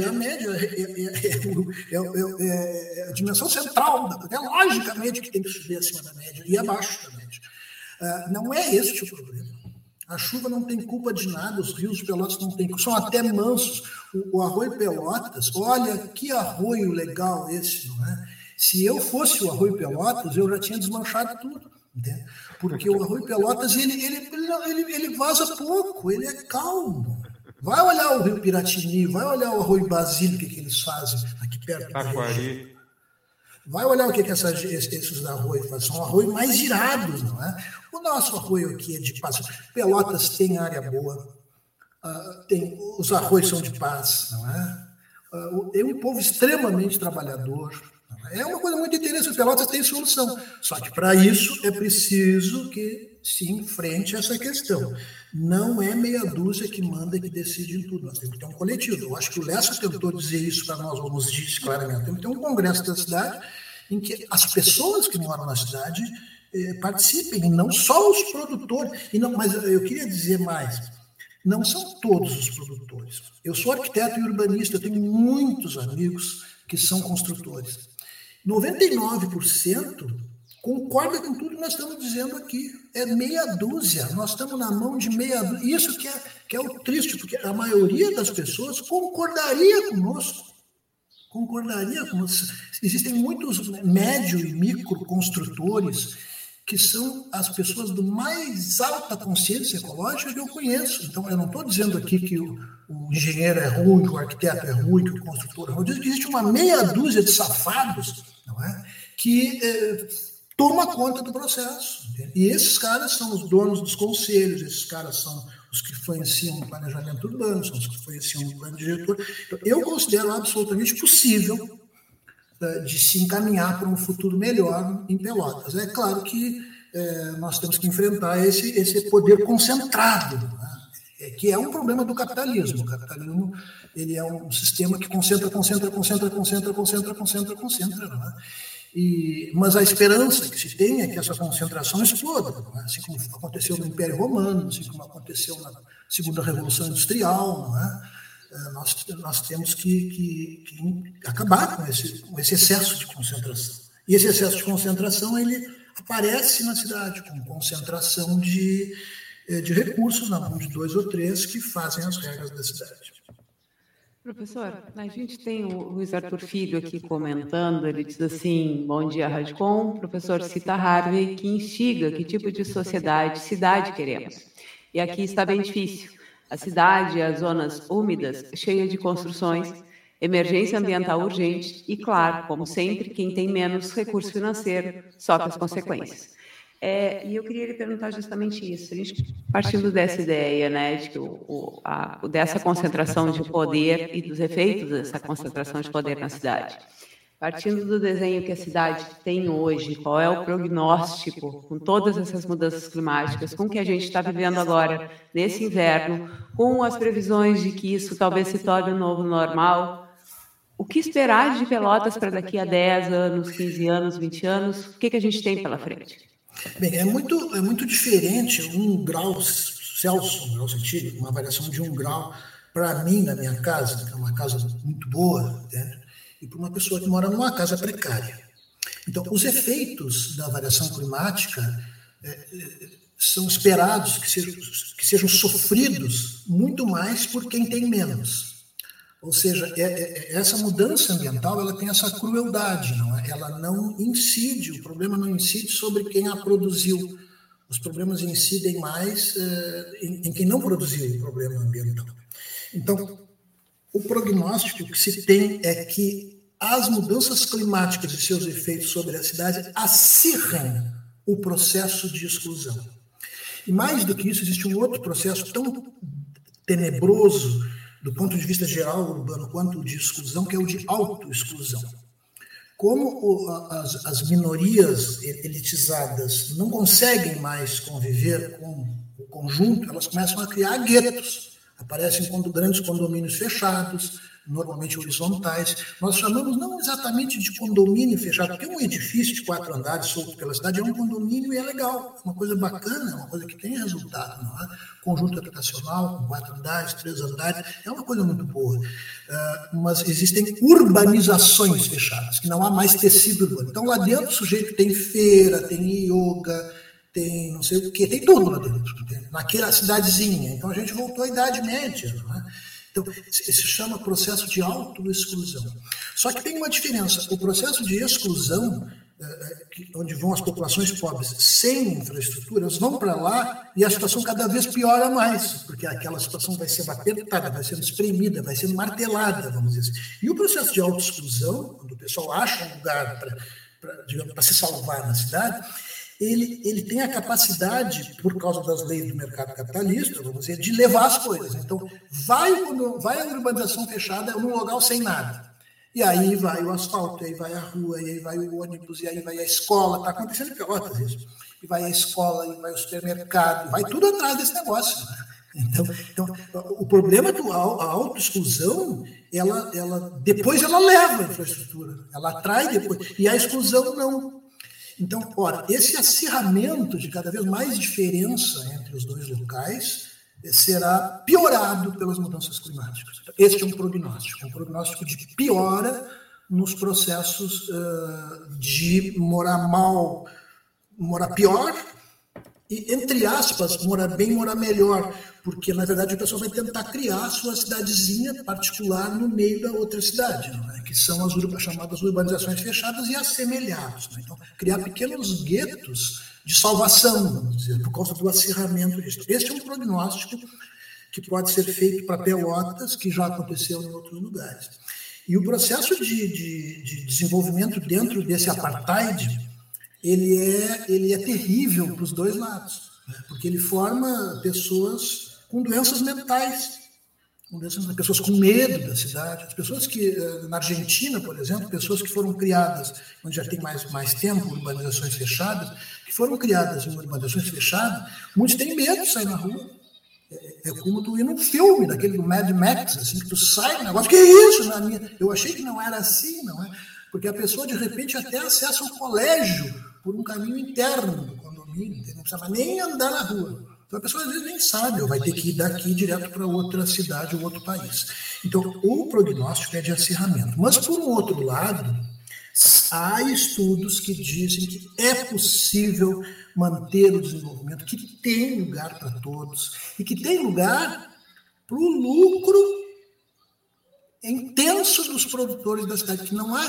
é a dimensão central, logicamente que tem que chover acima da média e abaixo da média. Não é este o problema. A chuva não tem culpa de nada, os rios de Pelotas não têm culpa, são até mansos. O Arroio Pelotas, olha que arroio legal esse, não é? Se eu fosse o Arroio Pelotas, eu já tinha desmanchado tudo. entende? Porque o Arroio Pelotas ele vaza pouco, ele é calmo. Vai olhar o Rio Piratini, vai olhar o Arroio Basílio, o que eles fazem aqui perto da região. Vai olhar o que esses arroios fazem. São arroios mais girados, não é? O nosso arroio aqui é de paz. Pelotas tem área boa, os arroios são de paz, não é? É um povo extremamente trabalhador. É uma coisa muito interessante. Pelotas tem solução. Só que para isso é preciso que se enfrente essa questão. Não é meia dúzia que manda e que decide em tudo. Nós temos que ter um coletivo. Eu acho que o Lessa tentou dizer isso para nós, ou nos disse claramente. Temos que ter um congresso da cidade em que as pessoas que moram na cidade participem, e não só os produtores. Mas eu queria dizer mais. Não são todos os produtores. Eu sou arquiteto e urbanista, eu tenho muitos amigos que são construtores. 99% concorda com tudo que nós estamos dizendo aqui. É meia dúzia. Nós estamos na mão de meia dúzia. Isso que é o triste, porque a maioria das pessoas concordaria conosco. Existem muitos médio e micro construtores que são as pessoas do mais alta consciência ecológica que eu conheço. Então, eu não estou dizendo aqui que o engenheiro é ruim, que o arquiteto é ruim, que o construtor é ruim. Eu digo que existe uma meia dúzia de safados, não é? Que toma conta do processo. Entende? E esses caras são os donos dos conselhos, esses caras são os que influenciam o planejamento urbano, são os que influenciam o plano diretor. Então, eu considero absolutamente possível de se encaminhar para um futuro melhor em Pelotas. É claro que nós temos que enfrentar esse poder concentrado, né? Que é um problema do capitalismo. O capitalismo ele é um sistema que concentra. Né? Mas a esperança que se tem é que essa concentração exploda, né? Assim como aconteceu no Império Romano, assim como aconteceu na Segunda Revolução Industrial, não é? Nós temos que acabar com esse excesso de concentração. E esse excesso de concentração ele aparece na cidade, com concentração de recursos na mão de 2 ou 3 que fazem as regras da cidade. Professor, a gente tem o Luiz Arthur Filho aqui comentando, ele diz assim, bom dia, Radcom, professor cita Harvey, que instiga que tipo de cidade queremos. E aqui está bem difícil. A cidade, as zonas úmidas, cheia de construções, emergência ambiental urgente e, claro, como sempre, quem tem menos recurso financeiro sofre as consequências. E eu queria lhe perguntar justamente isso, a gente, partindo dessa ideia, né, de que dessa concentração de poder e dos efeitos dessa concentração de poder na cidade. Partindo do desenho que a cidade tem hoje, qual é o prognóstico com todas essas mudanças climáticas, com o que a gente está vivendo agora nesse inverno, com as previsões de que isso talvez se torne um novo normal, o que esperar de Pelotas para daqui a 10 anos, 15 anos, 20 anos? O que a gente tem pela frente? Bem, é muito diferente 1 grau Celsius, 1 grau centígrado, uma variação de 1 grau, para mim, na minha casa, que é uma casa muito boa, né? E para uma pessoa que mora numa casa precária. Então, os efeitos da variação climática são esperados que sejam sofridos muito mais por quem tem menos. Ou seja, essa mudança ambiental ela tem essa crueldade, não é? Ela não incide, o problema não incide sobre quem a produziu. Os problemas incidem mais em quem não produziu o problema ambiental. Então, o prognóstico que se tem é que as mudanças climáticas e seus efeitos sobre a cidade acirrem o processo de exclusão. E mais do que isso, existe um outro processo tão tenebroso do ponto de vista geral urbano quanto o de exclusão, que é o de autoexclusão. Como as minorias elitizadas não conseguem mais conviver com o conjunto, elas começam a criar guetos. Aparecem grandes condomínios fechados, normalmente horizontais. Nós chamamos não exatamente de condomínio fechado, porque um edifício de 4 andares solto pela cidade é um condomínio e é legal, é uma coisa bacana, é uma coisa que tem resultado. Não é? Conjunto habitacional com 4 andares, 3 andares, é uma coisa muito boa. Mas existem urbanizações fechadas, que não há mais tecido urbano. Então lá dentro o sujeito tem feira, tem yoga, tem não sei o quê, tem tudo lá dentro, naquela cidadezinha. Então a gente voltou à Idade Média, não é? Então, se chama processo de autoexclusão. Só que tem uma diferença. O processo de exclusão onde vão as populações pobres sem infraestrutura, elas vão para lá e a situação cada vez piora mais, porque aquela situação vai sendo apertada, vai sendo espremida, vai sendo martelada, vamos dizer assim. E o processo de autoexclusão, quando o pessoal acha um lugar para se salvar na cidade, ele tem a capacidade, por causa das leis do mercado capitalista, vamos dizer, de levar as coisas. Então, vai a urbanização fechada num local sem nada. E aí vai o asfalto, e aí vai a rua, e aí vai o ônibus, e aí vai a escola. Está acontecendo em Pelotas isso. E vai a escola, e vai o supermercado, vai tudo atrás desse negócio. Então o problema é que a autoexclusão, depois ela leva a infraestrutura, ela atrai depois, e a exclusão não. Então, ora, esse acirramento de cada vez mais diferença entre os dois locais será piorado pelas mudanças climáticas. Este é um prognóstico de piora nos processos de morar mal, morar pior, e, entre aspas, morar bem, morar melhor, porque, na verdade, a pessoa vai tentar criar a sua cidadezinha particular no meio da outra cidade, não é? Que são as chamadas urbanizações fechadas e assemelhados. Não é? Então, criar pequenos guetos de salvação, vamos dizer, por causa do acirramento disso. Este é um prognóstico que pode ser feito para Pelotas, que já aconteceu em outros lugares. E o processo de desenvolvimento dentro desse apartheid, ele é terrível para os dois lados, né? Porque ele forma pessoas com doenças mentais, pessoas com medo da cidade, as pessoas que, na Argentina, por exemplo, pessoas que foram criadas, onde já tem mais tempo, urbanizações fechadas, que foram criadas em urbanizações fechadas, muitos têm medo de sair na rua. É como tu ir num filme, daquele do Mad Max, assim, que tu sai do negócio, que é isso? Eu achei que não era assim, não é? Porque a pessoa, de repente, até acessa o colégio por um caminho interno do condomínio, não precisa nem andar na rua. Então, a pessoa, às vezes, nem sabe, ou vai ter que ir daqui direto para outra cidade ou outro país. Então, o prognóstico é de acirramento. Mas, por um outro lado, há estudos que dizem que é possível manter o desenvolvimento, que tem lugar para todos, e que tem lugar para o lucro intenso dos produtores da cidade, que não há...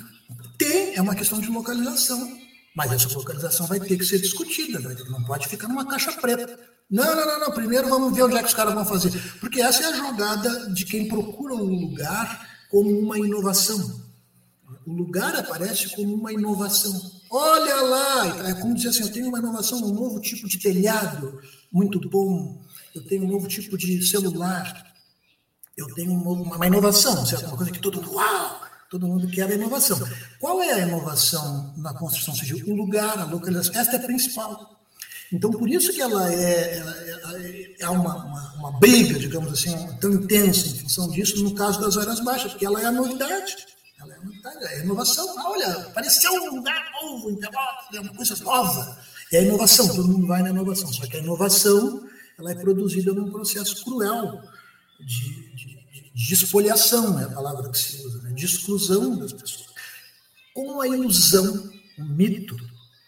é uma questão de localização, mas essa localização vai ter que ser discutida, não pode ficar numa caixa preta. Não, primeiro vamos ver onde é que os caras vão fazer, porque essa é a jogada de quem procura um lugar como uma inovação. O lugar aparece como uma inovação. Olha lá, é como dizer assim, eu tenho uma inovação, um novo tipo de telhado, muito bom, eu tenho um novo tipo de celular, eu tenho uma inovação, certo? Uma coisa que todo mundo quer a inovação. Qual é a inovação na construção civil? O lugar, a localização, esta é a principal. Então, por isso que ela é uma briga, digamos assim, tão intensa em função disso, no caso das áreas baixas, porque ela é a novidade. É a inovação. Olha, apareceu um lugar novo em Pelotas, é uma coisa nova. É a inovação, todo mundo vai na inovação. Só que a inovação ela é produzida num processo cruel de espoliação, é a palavra que se usa, né? De exclusão das pessoas. Com a ilusão, o mito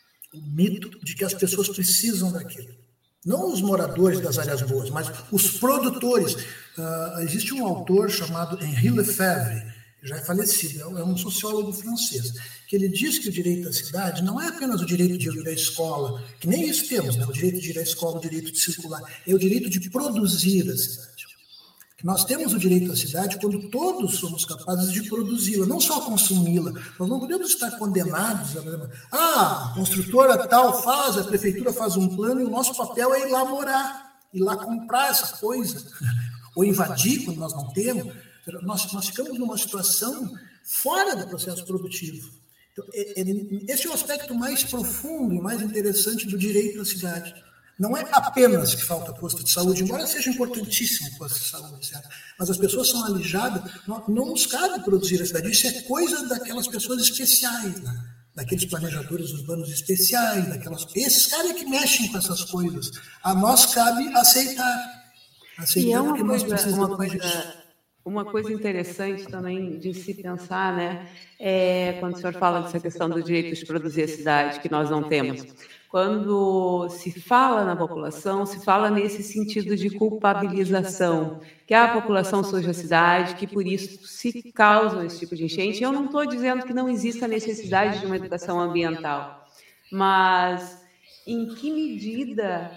de que as pessoas precisam daquilo. Não os moradores das áreas boas, mas os produtores. Existe um autor chamado Henri Lefebvre, já é falecido, é um sociólogo francês, que ele diz que o direito à cidade não é apenas o direito de ir à escola, que nem isso temos, né? O direito de ir à escola, o direito de circular, é o direito de produzir a cidade. Que nós temos o direito à cidade quando todos somos capazes de produzi-la, não só consumi-la. Nós não podemos estar condenados a construtora tal faz, a prefeitura faz um plano e o nosso papel é ir lá morar, ir lá comprar essa coisa, ou invadir quando nós não temos. Nós ficamos numa situação fora do processo produtivo. Então, esse é o aspecto mais profundo e mais interessante do direito à cidade. Não é apenas que falta posto de saúde, embora seja importantíssimo o posto de saúde, certo? Mas as pessoas são alijadas, não nos cabe produzir a cidade, isso é coisa daquelas pessoas especiais, né? Daqueles planejadores urbanos especiais, esses caras que mexem com essas coisas. A nós cabe aceitar E é uma uma coisa interessante também de se pensar, né, quando o senhor fala dessa questão do direito de produzir a cidade, que nós não temos. Quando se fala na população, se fala nesse sentido de culpabilização, que a população suja a cidade, que por isso se causam esse tipo de enchente. Eu não estou dizendo que não exista necessidade de uma educação ambiental, mas em que medida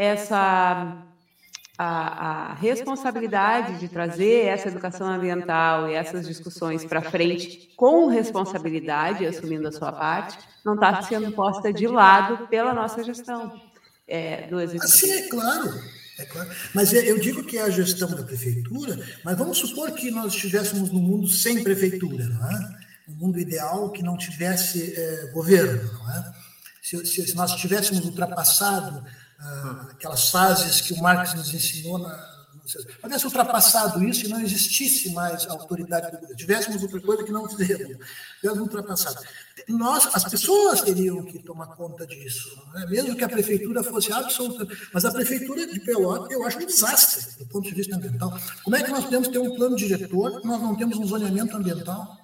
a responsabilidade de trazer essa educação ambiental e essas discussões para frente com responsabilidade, assumindo a sua parte, não está sendo posta de lado pela nossa gestão do executivo. Sim, é claro. Mas eu digo que é a gestão da prefeitura, mas vamos supor que nós estivéssemos num mundo sem prefeitura, não é? Um mundo ideal que não tivesse governo, não é? Se nós tivéssemos ultrapassado aquelas fases que o Marx nos ensinou, tivesse ultrapassado isso e não existisse mais a autoridade do governo, tivéssemos outra coisa que não fizemos, tivéssemos ultrapassado. As pessoas teriam que tomar conta disso, né? Mesmo que a prefeitura fosse absoluta, mas a prefeitura de Pelotas eu acho um desastre do ponto de vista ambiental. Como é que nós podemos ter um plano diretor e nós não temos um zoneamento ambiental?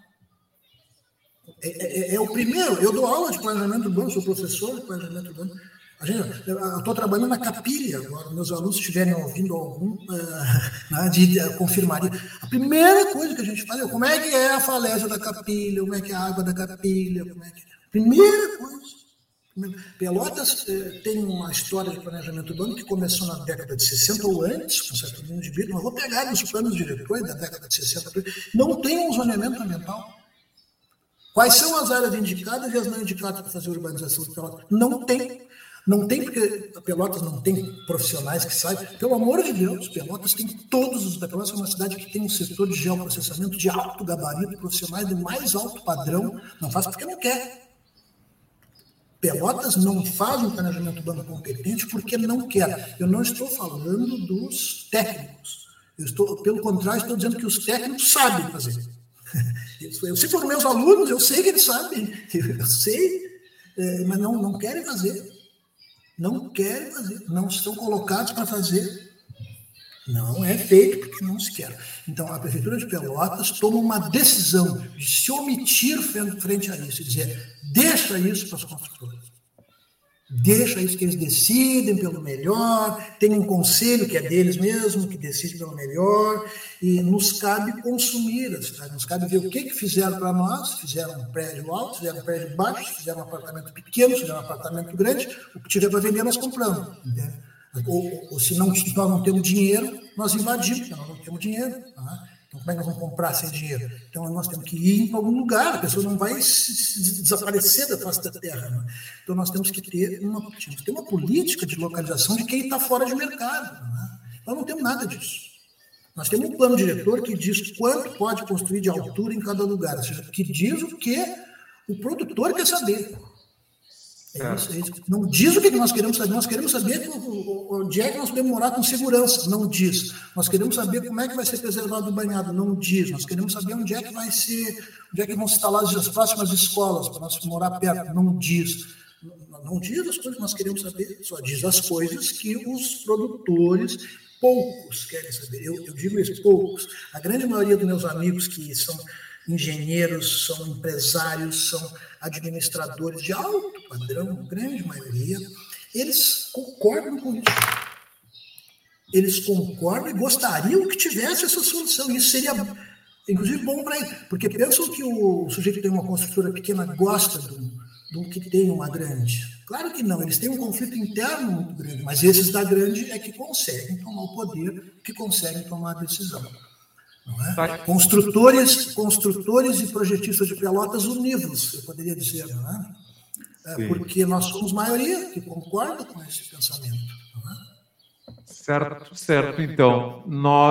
É o primeiro. Eu dou aula de planejamento urbano, sou professor de planejamento urbano. Eu estou trabalhando na Capilha agora, meus alunos estiverem ouvindo algum, confirmaria. A primeira coisa que a gente faz é como é que é a falésia da Capilha, como é que é a água da Capilha, Primeira coisa. Pelotas tem uma história de planejamento urbano que começou na década de 60 ou antes, com certo número de Brito, mas vou pegar nos planos diretores da década de 60, não tem um zoneamento ambiental. Quais são as áreas indicadas e as não indicadas para fazer urbanização de Pelotas? Não tem. Não tem, porque Pelotas não tem profissionais que saibam. Pelo amor de Deus, Pelotas tem todos os... Pelotas é uma cidade que tem um setor de geoprocessamento de alto gabarito, profissionais de mais alto padrão. Não faz porque não quer. Pelotas não faz um planejamento urbano competente porque não quer. Eu não estou falando dos técnicos. Pelo contrário, estou dizendo que os técnicos sabem fazer. Eu sei por meus alunos, eu sei que eles sabem. Eu sei, mas não querem fazer. Não querem fazer, não estão colocados para fazer. Não é feito porque não se quer. Então, a Prefeitura de Pelotas toma uma decisão de se omitir frente a isso, e dizer, deixa isso para os construtores. Deixa isso que eles decidem pelo melhor, tem um conselho que é deles mesmo, que decide pelo melhor, e nos cabe consumir a cidade, nos cabe ver o que fizeram para nós, fizeram um prédio alto, fizeram um prédio baixo, fizeram um apartamento pequeno, fizeram um apartamento grande, o que tiver para vender nós compramos. Entende? Ou se nós não temos dinheiro, nós invadimos, porque nós não temos dinheiro. Tá? Então, como é que nós vamos comprar sem dinheiro? Então, nós temos que ir para algum lugar, a pessoa não vai desaparecer da face da terra. Né? Então, nós temos que ter uma política de localização de quem está fora de mercado. Né? Nós não temos nada disso. Nós temos um plano diretor que diz quanto pode construir de altura em cada lugar, ou seja, que diz o que o produtor quer saber. É isso. Não diz o que nós queremos saber. Nós queremos saber onde é que nós podemos morar com segurança. Não diz. Nós queremos saber como é que vai ser preservado o banhado. Não diz. Nós queremos saber onde é que vão se instalar as próximas escolas para nós morar perto. Não diz. Não diz as coisas que nós queremos saber. Só diz as coisas que os produtores, poucos, querem saber. Eu digo isso, poucos. A grande maioria dos meus amigos que são engenheiros, são empresários, são administradores de alto padrão, grande maioria, eles concordam com isso. Eles concordam e gostariam que tivesse essa solução. Isso seria, inclusive, bom para eles. Porque pensam que o sujeito que tem uma construtora pequena gosta do que tem uma grande. Claro que não, eles têm um conflito interno muito grande, mas esses da grande é que conseguem tomar o poder, que conseguem tomar a decisão. Não é? Construtores e projetistas de Pelotas univos, eu poderia dizer, não é? Porque nós somos maioria que concorda com esse pensamento. Não é? Certo. Então,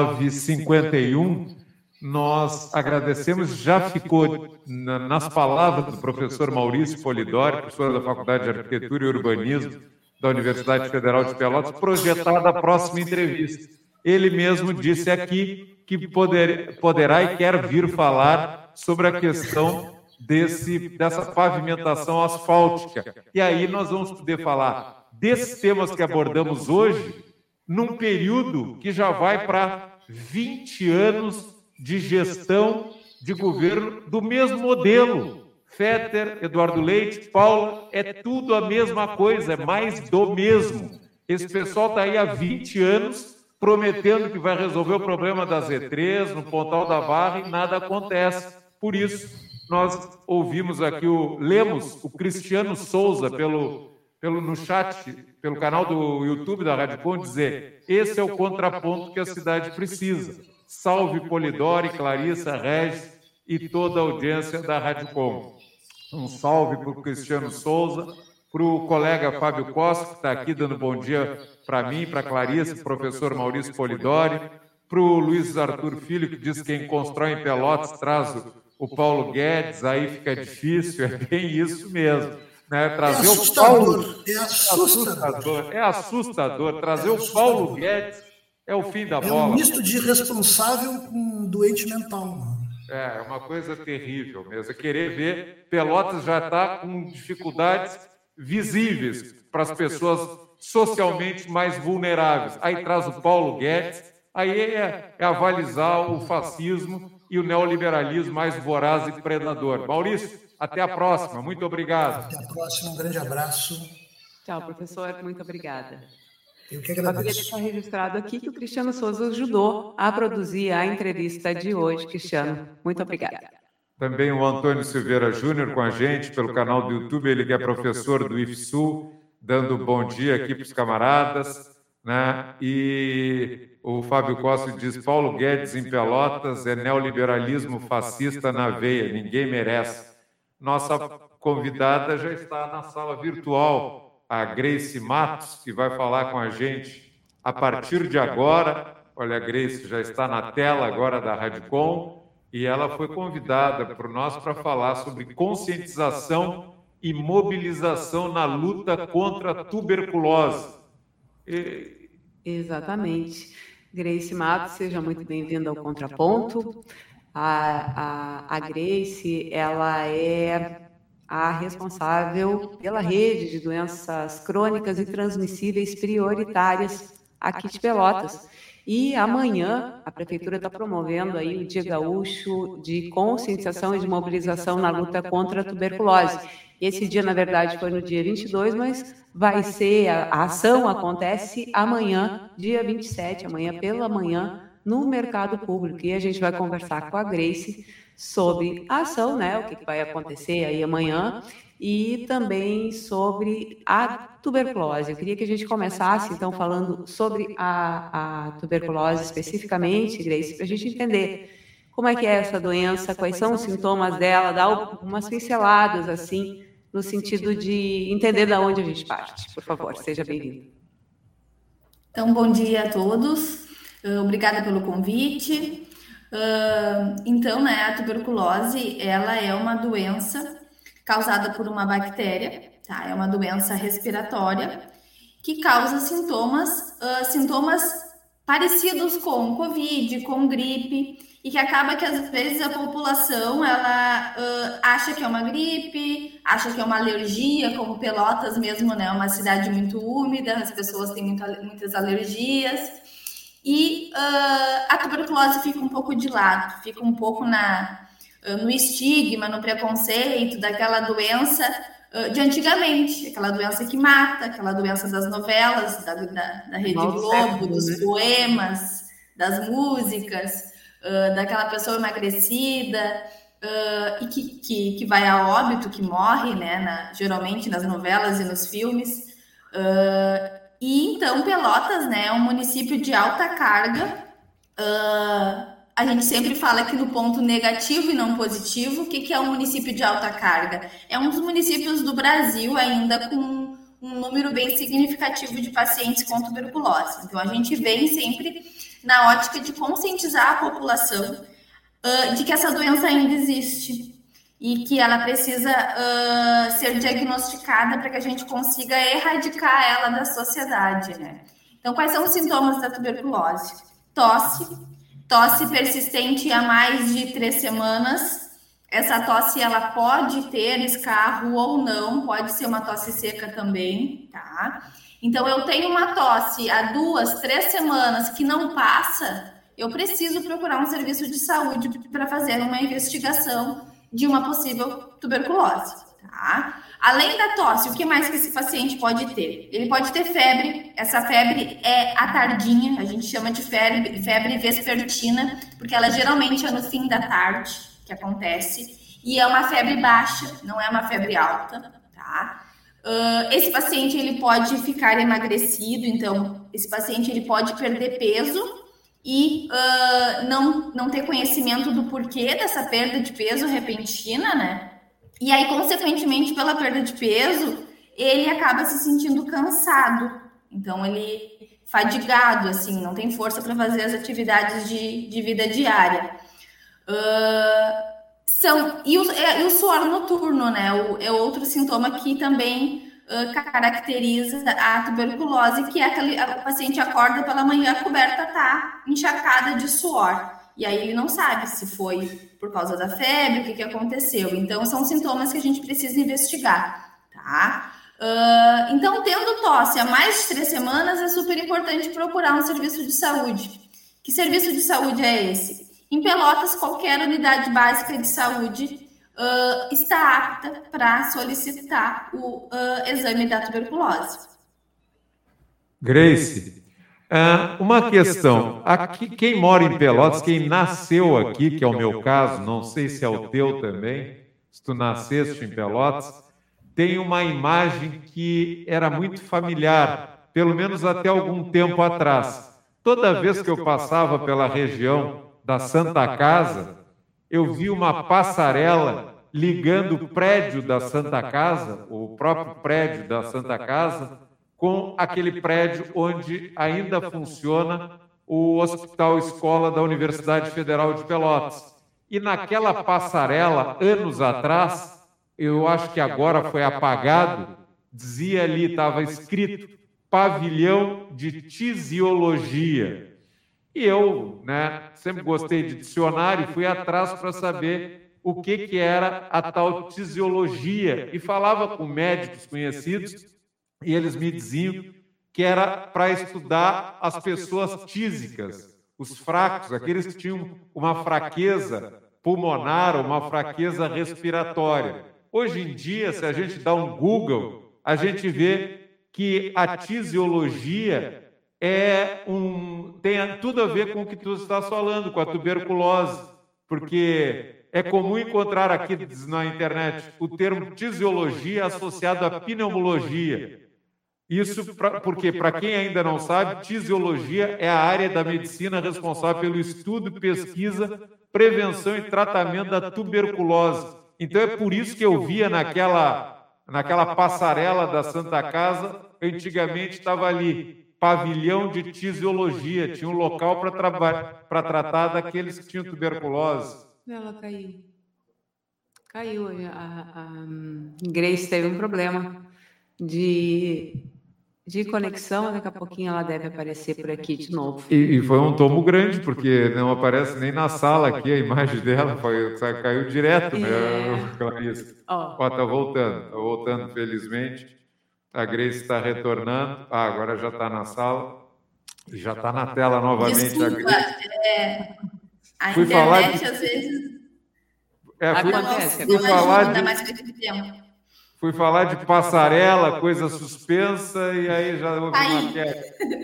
9h51, nós agradecemos, já ficou nas palavras do professor Maurício Polidori, professor da Faculdade de Arquitetura e Urbanismo da Universidade Federal de Pelotas, projetada a próxima entrevista. Ele mesmo disse aqui que poderá e quer vir falar sobre a questão dessa pavimentação asfáltica. E aí nós vamos poder falar desses temas que abordamos hoje num período que já vai para 20 anos de gestão de governo do mesmo modelo. Fetter, Eduardo Leite, Paula, é tudo a mesma coisa, é mais do mesmo. Esse pessoal está aí há 20 anos prometendo que vai resolver o problema da Z3, no Pontal da Barra, e nada acontece. Por isso, nós ouvimos aqui lemos o Cristiano Souza no chat, pelo canal do YouTube da Rádio Com, dizer: esse é o contraponto que a cidade precisa. Salve Polidori, Clarissa, Regis e toda a audiência da Rádio Com. Um salve para o Cristiano Souza, para o colega Fábio Costa, que está aqui dando bom dia para mim, para a Clarissa, para o professor Maurício Polidori, para o Luiz Arthur Filho, que diz que quem constrói em Pelotas traz o Paulo Guedes, aí fica difícil, é bem isso mesmo. Né? Trazer o Paulo... É assustador. Trazer o Paulo Guedes é o fim da bola. É um misto de irresponsável com doente mental. É uma coisa terrível mesmo. É querer ver. Pelotas já está com dificuldades visíveis para as pessoas socialmente mais vulneráveis. Aí traz o Paulo Guedes, aí é avalizar o fascismo e o neoliberalismo mais voraz e predador. Maurício, até a próxima. Muito obrigado. Até a próxima. Um grande abraço. Tchau, professor. Muito obrigada. Eu que agradeço. Eu queria deixar registrado aqui que o Cristiano Souza ajudou a produzir a entrevista de hoje. Cristiano, muito obrigada. Também o Antônio Silveira Júnior com a gente pelo canal do YouTube, ele que é professor do IFSU, dando bom dia aqui para os camaradas, né? E o Fábio Costa diz: Paulo Guedes em Pelotas é neoliberalismo fascista na veia, ninguém merece. Nossa convidada já está na sala virtual, a Grace Matos, que vai falar com a gente a partir de agora. Olha, a Grace já está na tela agora da Rádio Com. E ela foi convidada por nós para falar sobre conscientização e mobilização na luta contra a tuberculose. Exatamente. Grace Matos, seja muito bem-vinda ao Contraponto. A Grace, ela é a responsável pela rede de doenças crônicas e transmissíveis prioritárias aqui de Pelotas. E amanhã a Prefeitura está promovendo aí o Dia Gaúcho de conscientização e de mobilização na luta contra a tuberculose. Esse dia, na verdade, foi no dia 22, mas vai ser, a ação acontece amanhã, dia 27, amanhã pela manhã, no mercado público. E a gente vai conversar com a Grace sobre a ação, né, o que vai acontecer aí amanhã, e também sobre a tuberculose. Eu queria que a gente começasse, então, falando sobre a tuberculose especificamente, Grace, para a gente entender como é que é essa doença, quais são os sintomas dela, dar algumas pinceladas, assim, no sentido de entender de onde a gente parte. Por favor, seja bem-vindo. Então, bom dia a todos. Obrigada pelo convite. Então, né, a tuberculose, ela é uma doença causada por uma bactéria, tá? É uma doença respiratória que causa sintomas parecidos com Covid, com gripe, e que acaba que às vezes a população ela acha que é uma gripe, acha que é uma alergia, como Pelotas mesmo, né? Uma cidade muito úmida, as pessoas têm muitas alergias, e a tuberculose fica um pouco de lado, fica um pouco no estigma, no preconceito daquela doença de antigamente, aquela doença que mata, aquela doença das novelas, da Rede Globo, dos poemas, das músicas, daquela pessoa emagrecida e que vai a óbito, que morre, né, geralmente nas novelas e nos filmes. E então Pelotas, né, é um município de alta carga. A gente sempre fala aqui no ponto negativo e não positivo. O que é um município de alta carga? É um dos municípios do Brasil ainda com um número bem significativo de pacientes com tuberculose. Então, a gente vem sempre na ótica de conscientizar a população de que essa doença ainda existe e que ela precisa ser diagnosticada para que a gente consiga erradicar ela da sociedade, né? Então, quais são os sintomas da tuberculose? Tosse persistente há mais de 3 semanas. Essa tosse, ela pode ter escarro ou não, pode ser uma tosse seca também, tá? Então, eu tenho uma tosse há 2, 3 semanas que não passa, eu preciso procurar um serviço de saúde para fazer uma investigação de uma possível tuberculose, tá? Além da tosse, o que mais que esse paciente pode ter? Ele pode ter febre, essa febre é à tardinha, a gente chama de febre vespertina, porque ela geralmente é no fim da tarde que acontece, e é uma febre baixa, não é uma febre alta, tá? Esse paciente, ele pode ficar emagrecido, então, esse paciente, ele pode perder peso e não ter conhecimento do porquê dessa perda de peso repentina, né? E aí, consequentemente, pela perda de peso, ele acaba se sentindo cansado. Então, ele fadigado, assim, não tem força para fazer as atividades de vida diária. E o suor noturno, né? É outro sintoma que também caracteriza a tuberculose, que é o paciente acorda pela manhã, a coberta está encharcada de suor. E aí ele não sabe se foi por causa da febre, o que aconteceu. Então, são sintomas que a gente precisa investigar, tá? Então, tendo tosse há mais de 3 semanas, é super importante procurar um serviço de saúde. Que serviço de saúde é esse? Em Pelotas, qualquer unidade básica de saúde está apta para solicitar o exame da tuberculose. Grace, uma questão. Aqui, quem mora em Pelotas, quem nasceu aqui, que é o meu caso, não sei se é o teu também, se tu nasceste em Pelotas, tem uma imagem que era muito familiar, pelo menos até algum tempo atrás. Toda vez que eu passava pela região da Santa Casa, eu vi uma passarela ligando o prédio da Santa Casa, o próprio prédio da Santa Casa, com aquele prédio onde ainda funciona o Hospital Escola da Universidade Federal de Pelotas. E naquela passarela, anos atrás, eu acho que agora foi apagado, dizia ali, estava escrito, Pavilhão de Tisiologia. E eu, sempre gostei de dicionário, fui atrás para saber o que era a tal tisiologia. E falava com médicos conhecidos, e eles me diziam que era para estudar as pessoas tísicas, os fracos, aqueles que tinham uma fraqueza pulmonar ou uma fraqueza respiratória. Hoje em dia, se a gente dá um Google, a gente vê que a tisiologia tem tudo a ver com o que tu estás falando, com a tuberculose, porque é comum encontrar aqui na internet o termo tisiologia associado à pneumologia. Isso porque, para quem ainda não sabe, tisiologia é a área da medicina responsável pelo estudo, pesquisa, prevenção e tratamento da tuberculose. Então, é por isso que eu via naquela passarela da Santa Casa, antigamente estava ali, pavilhão de tisiologia, tinha um local para tratar daqueles que tinham tuberculose. Ela caiu. Caiu. A Grace teve um problema de conexão, daqui a pouquinho ela deve aparecer por aqui de novo. E foi um tombo grande, porque não aparece nem na sala aqui a imagem dela, caiu direto, né, Clarice? Está voltando, felizmente. A Grace está retornando. Falar agora já está na sala. E já está na tela novamente. Desculpa, a Grace. A internet às vezes... Fui falar de passarela, coisa suspensa, e aí já houve uma queda.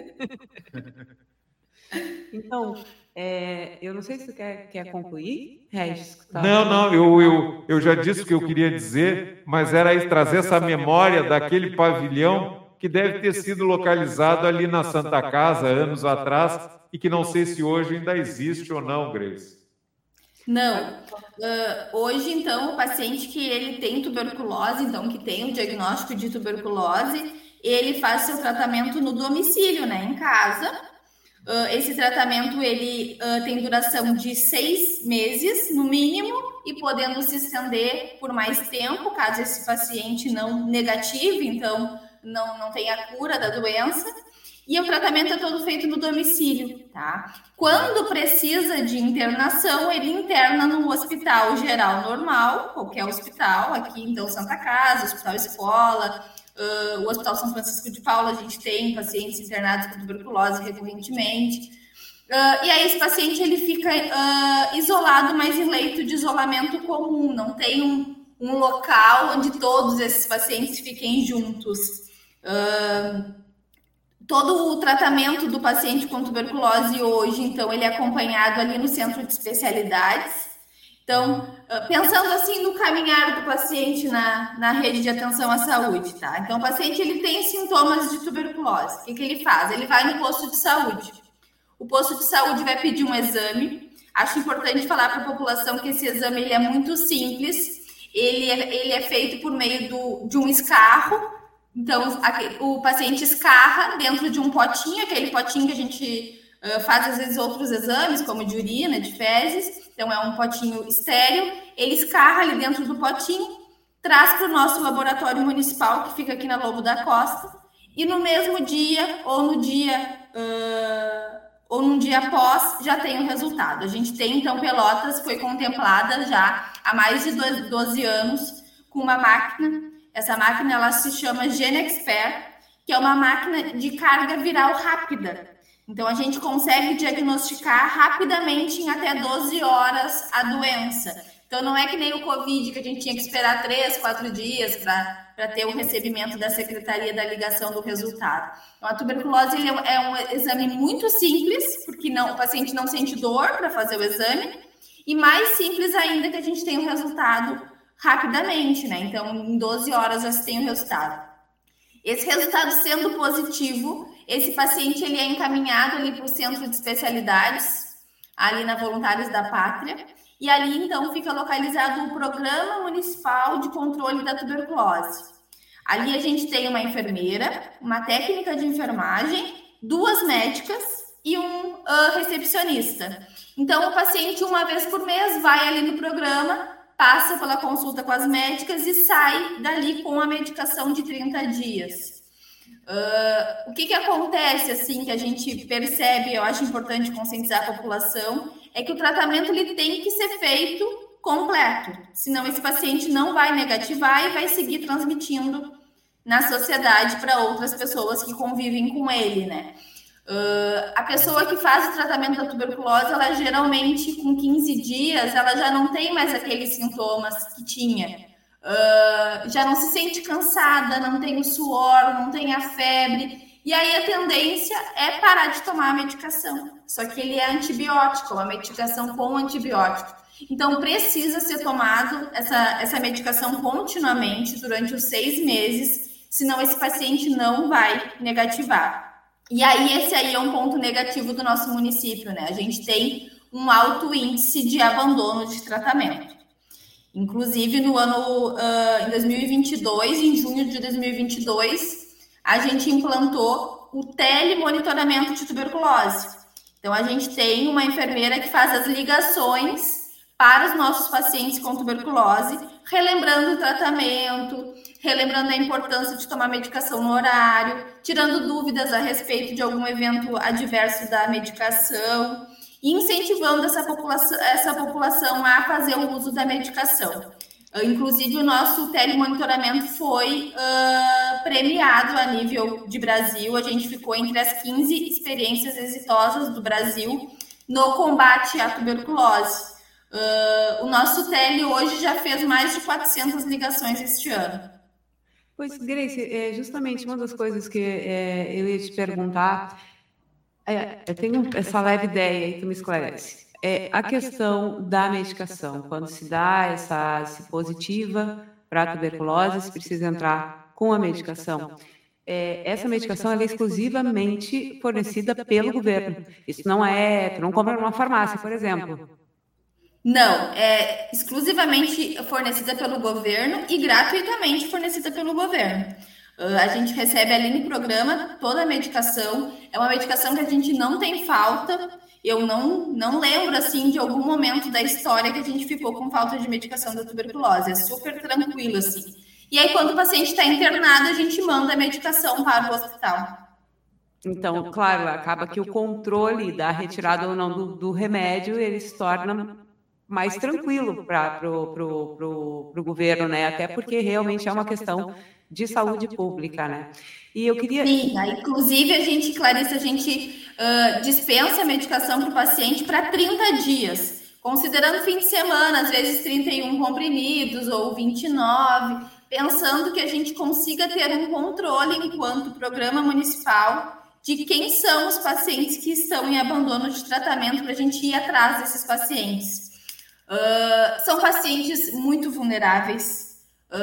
Então, eu não sei se você quer concluir, Regis. Tá? Não, eu já disse o que eu queria dizer, mas era trazer essa memória daquele pavilhão que deve ter sido localizado ali na Santa Casa, anos atrás, e que não sei se hoje ainda existe ou não, Grace. Não. Hoje, então, o paciente que ele tem tuberculose, então, que tem o diagnóstico de tuberculose, ele faz seu tratamento no domicílio, né, em casa. Esse tratamento, ele tem duração de 6 meses, no mínimo, e podendo se estender por mais tempo, caso esse paciente não negative, então, não tenha cura da doença. E o tratamento é todo feito no domicílio, tá? Quando precisa de internação, ele interna no hospital geral normal, qualquer hospital, aqui então Santa Casa, Hospital Escola, o Hospital São Francisco de Paula, a gente tem pacientes internados com tuberculose recorrentemente. E aí esse paciente ele fica isolado, mas em leito de isolamento comum, não tem um local onde todos esses pacientes fiquem juntos. Todo o tratamento do paciente com tuberculose hoje, então, ele é acompanhado ali no centro de especialidades. Então, pensando assim no caminhar do paciente na rede de atenção à saúde, tá? Então, o paciente ele tem sintomas de tuberculose. O que ele faz? Ele vai no posto de saúde. O posto de saúde vai pedir um exame. Acho importante falar para a população que esse exame ele é muito simples. Ele é feito por meio de um escarro. Então, o paciente escarra dentro de um potinho, aquele potinho que a gente faz, às vezes, outros exames, como de urina, de fezes. Então, é um potinho estéril. Ele escarra ali dentro do potinho, traz para o nosso laboratório municipal, que fica aqui na Lobo da Costa. E no mesmo dia, ou num dia após, já tem o resultado. A gente tem, então, Pelotas foi contemplada já há mais de 12 anos com uma máquina. Essa máquina ela se chama GeneXpert, que é uma máquina de carga viral rápida. Então, a gente consegue diagnosticar rapidamente, em até 12 horas, a doença. Então, não é que nem o Covid, que a gente tinha que esperar 3, 4 dias para ter o recebimento da Secretaria da Ligação do resultado. Então, a tuberculose é um exame muito simples, porque o paciente não sente dor para fazer o exame, e mais simples ainda que a gente tem o resultado rapidamente, né? Então, em 12 horas já se tem o resultado. Esse resultado sendo positivo, esse paciente ele é encaminhado ali para o centro de especialidades, ali na Voluntários da Pátria, e ali, então, fica localizado o Programa Municipal de Controle da Tuberculose. Ali a gente tem uma enfermeira, uma técnica de enfermagem, 2 médicas e um recepcionista. Então, o paciente, uma vez por mês, vai ali no programa, passa pela consulta com as médicas e sai dali com a medicação de 30 dias. O que acontece, assim, que a gente percebe, eu acho importante conscientizar a população, é que o tratamento ele tem que ser feito completo, senão esse paciente não vai negativar e vai seguir transmitindo na sociedade para outras pessoas que convivem com ele, né? A pessoa que faz o tratamento da tuberculose, ela geralmente com 15 dias, ela já não tem mais aqueles sintomas que tinha. Já não se sente cansada, não tem o suor, não tem a febre. E aí a tendência é parar de tomar a medicação. Só que ele é antibiótico, uma medicação com antibiótico. Então precisa ser tomado essa medicação continuamente durante os 6 meses, senão esse paciente não vai negativar. E aí, esse aí é um ponto negativo do nosso município, né? A gente tem um alto índice de abandono de tratamento. Inclusive, em 2022, em junho de 2022, a gente implantou o telemonitoramento de tuberculose. Então, a gente tem uma enfermeira que faz as ligações para os nossos pacientes com tuberculose, relembrando o tratamento, relembrando a importância de tomar medicação no horário, tirando dúvidas a respeito de algum evento adverso da medicação e incentivando essa população a fazer o uso da medicação. Inclusive, o nosso telemonitoramento foi premiado a nível de Brasil. A gente ficou entre as 15 experiências exitosas do Brasil no combate à tuberculose. O nosso tele hoje já fez mais de 400 ligações este ano. Pois, Grace, justamente uma das coisas que eu ia te perguntar, eu tenho essa leve ideia e tu me esclarece. A questão da medicação, quando se dá essa positiva para a tuberculose, se precisa entrar com a medicação. Essa medicação ela é exclusivamente fornecida pelo governo. Isso não tu não compra numa farmácia, por exemplo. Não, é exclusivamente fornecida pelo governo e gratuitamente fornecida pelo governo. A gente recebe ali no programa toda a medicação. É uma medicação que a gente não tem falta. Eu não lembro, assim, de algum momento da história que a gente ficou com falta de medicação da tuberculose. É super tranquilo, assim. E aí, quando o paciente está internado, a gente manda a medicação para o hospital. Então, claro, acaba que o controle da retirada ou não do remédio, ele se torna mais tranquilo para o governo, né? Até porque realmente é uma questão de saúde pública, né? E eu queria... Sim, inclusive Clarice, a gente dispensa a medicação para o paciente para 30 dias, considerando fim de semana, às vezes 31 comprimidos ou 29, pensando que a gente consiga ter um controle enquanto programa municipal de quem são os pacientes que estão em abandono de tratamento para a gente ir atrás desses pacientes. São pacientes muito vulneráveis.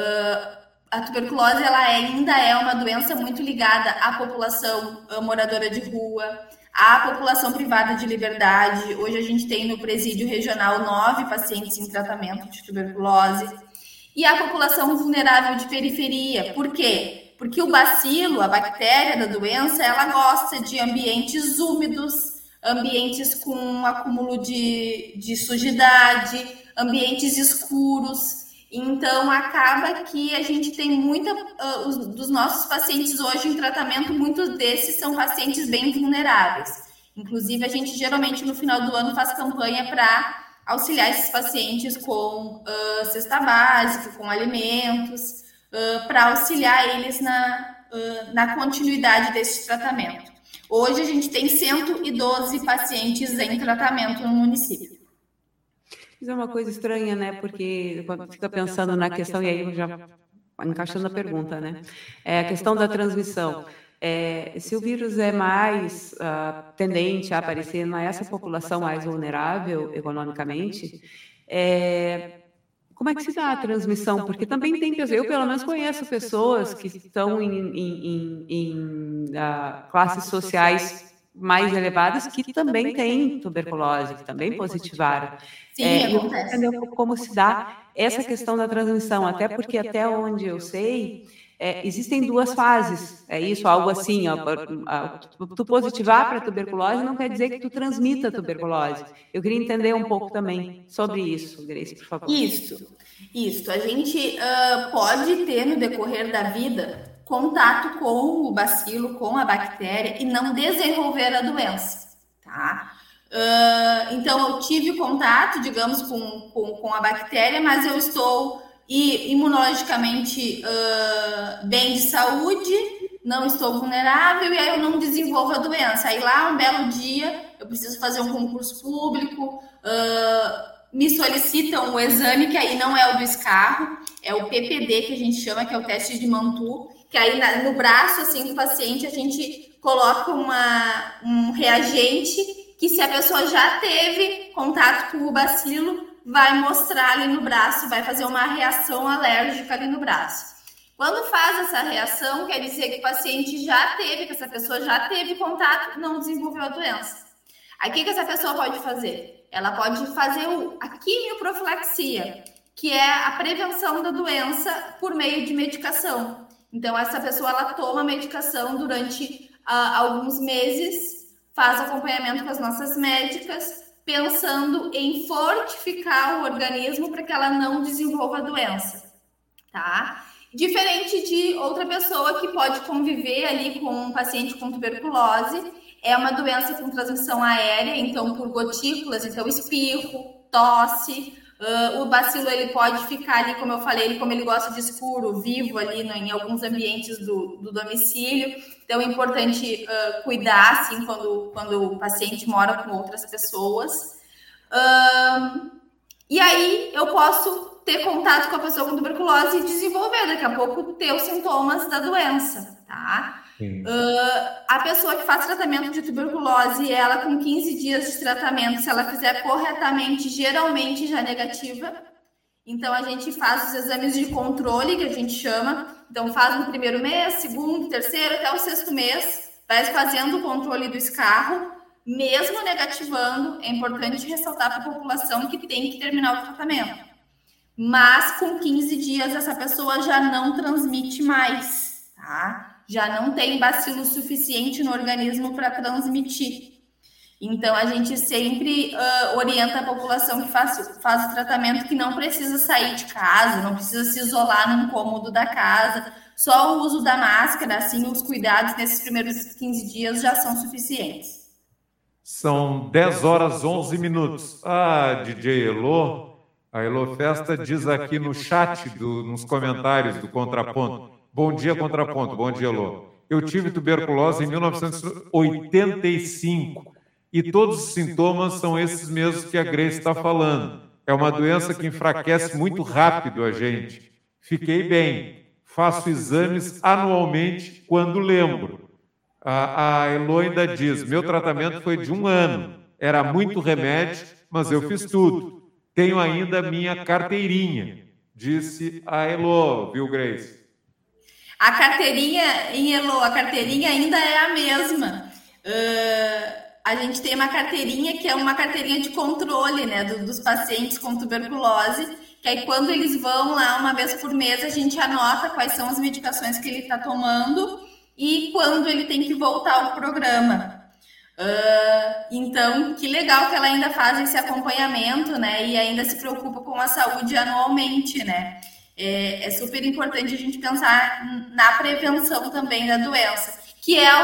A tuberculose ela ainda é uma doença muito ligada à população moradora de rua, à população privada de liberdade. Hoje a gente tem no presídio regional 9 pacientes em tratamento de tuberculose. E a população vulnerável de periferia. Por quê? Porque o bacilo, a bactéria da doença, ela gosta de ambientes úmidos, ambientes com acúmulo de sujidade, ambientes escuros. Então, acaba que a gente tem dos nossos pacientes hoje em tratamento, muitos desses são pacientes bem vulneráveis. Inclusive, a gente geralmente no final do ano faz campanha para auxiliar esses pacientes com cesta básica, com alimentos, para auxiliar eles na continuidade desse tratamento. Hoje, a gente tem 112 pacientes em tratamento no município. Isso é uma coisa estranha, né? Porque quando fica pensando na questão, e aí já encaixando a pergunta, né? É a questão da transmissão. Se o vírus é mais tendente a aparecer nessa população mais vulnerável economicamente, como é que se dá a transmissão? Porque também tem pessoas, eu pelo menos conheço pessoas que estão em classes sociais mais elevadas que também têm tuberculose, que também positivaram. Sim, acontece. Entender um pouco como se dá essa questão da transmissão, até porque até onde eu sei, existem 2 fases, isso, algo assim, tu positivar para tuberculose não quer dizer que tu transmita a tuberculose. Eu queria entender um pouco também sobre isso, Grace, por favor. Isso. A gente pode ter no decorrer da vida contato com o bacilo, com a bactéria e não desenvolver a doença, tá? Então, eu tive contato, digamos, com a bactéria, mas eu estou imunologicamente bem de saúde, não estou vulnerável e aí eu não desenvolvo a doença. Aí lá, um belo dia, eu preciso fazer um concurso público, me solicitam o exame, que aí não é o do escarro, é o PPD, que a gente chama, que é o teste de Mantoux, que aí no braço assim, do paciente a gente coloca um reagente que, se a pessoa já teve contato com o bacilo, vai mostrar ali no braço, vai fazer uma reação alérgica ali no braço. Quando faz essa reação, quer dizer que o paciente que essa pessoa já teve contato, não desenvolveu a doença. Aí o que essa pessoa pode fazer? Ela pode fazer a quimioprofilaxia, que é a prevenção da doença por meio de medicação. Então, essa pessoa ela toma medicação durante alguns meses, faz acompanhamento com as nossas médicas, pensando em fortificar o organismo para que ela não desenvolva a doença, tá? Diferente de outra pessoa que pode conviver ali com um paciente com tuberculose, é uma doença com transmissão aérea, então por gotículas, então espirro, tosse. O bacilo ele pode ficar ali, como eu falei, como ele gosta de escuro, vivo ali em alguns ambientes do domicílio. Então é importante cuidar assim quando o paciente mora com outras pessoas. E aí eu posso ter contato com a pessoa com tuberculose e desenvolver daqui a pouco ter os sintomas da doença, tá? A pessoa que faz tratamento de tuberculose, ela com 15 dias de tratamento, se ela fizer corretamente, geralmente já é negativa. Então, a gente faz os exames de controle, que a gente chama. Então, faz no primeiro mês, segundo, terceiro, até o 6º mês. Vai fazendo o controle do escarro, mesmo negativando. É importante ressaltar para a população que tem que terminar o tratamento. Mas, com 15 dias, essa pessoa já não transmite mais, tá? Já não tem bacilo suficiente no organismo para transmitir. Então, a gente sempre orienta a população que faz o tratamento que não precisa sair de casa, não precisa se isolar num cômodo da casa. Só o uso da máscara, assim, os cuidados nesses primeiros 15 dias já são suficientes. São 10h11. DJ Elô, a Elô Festa diz aqui no chat, nos comentários do Contraponto. Bom dia, Contraponto. Bom dia, Elô. Eu tive tuberculose em 1985 e todos os sintomas são esses mesmos que a Grace está falando. É uma doença que enfraquece muito rápido a gente. Fiquei bem. Faço exames anualmente quando lembro. A Elo ainda diz, meu tratamento foi de 1 ano. Era muito remédio, mas eu fiz tudo. Tenho ainda minha carteirinha, disse a Elo, viu, Grace? A carteirinha, em Elo, a carteirinha ainda é a mesma. A gente tem uma carteirinha que é uma carteirinha de controle, né, dos pacientes com tuberculose, que aí quando eles vão lá uma vez por mês, a gente anota quais são as medicações que ele está tomando e quando ele tem que voltar ao programa. Então, que legal que ela ainda faz esse acompanhamento, né, e ainda se preocupa com a saúde anualmente, né. É super importante a gente pensar na prevenção também da doença, que é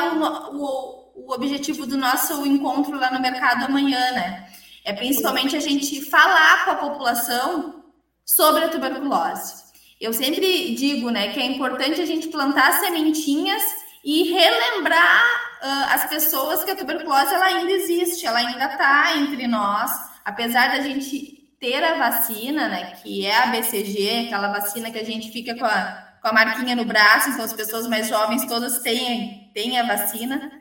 o objetivo do nosso encontro lá no Mercado amanhã, né? É principalmente a gente falar com a população sobre a tuberculose. Eu sempre digo, né, que é importante a gente plantar sementinhas e relembrar as pessoas que a tuberculose ela ainda existe, ela ainda está entre nós, apesar da gente ter a vacina, né, que é a BCG, aquela vacina que a gente fica com a marquinha no braço, então as pessoas mais jovens todas têm a vacina,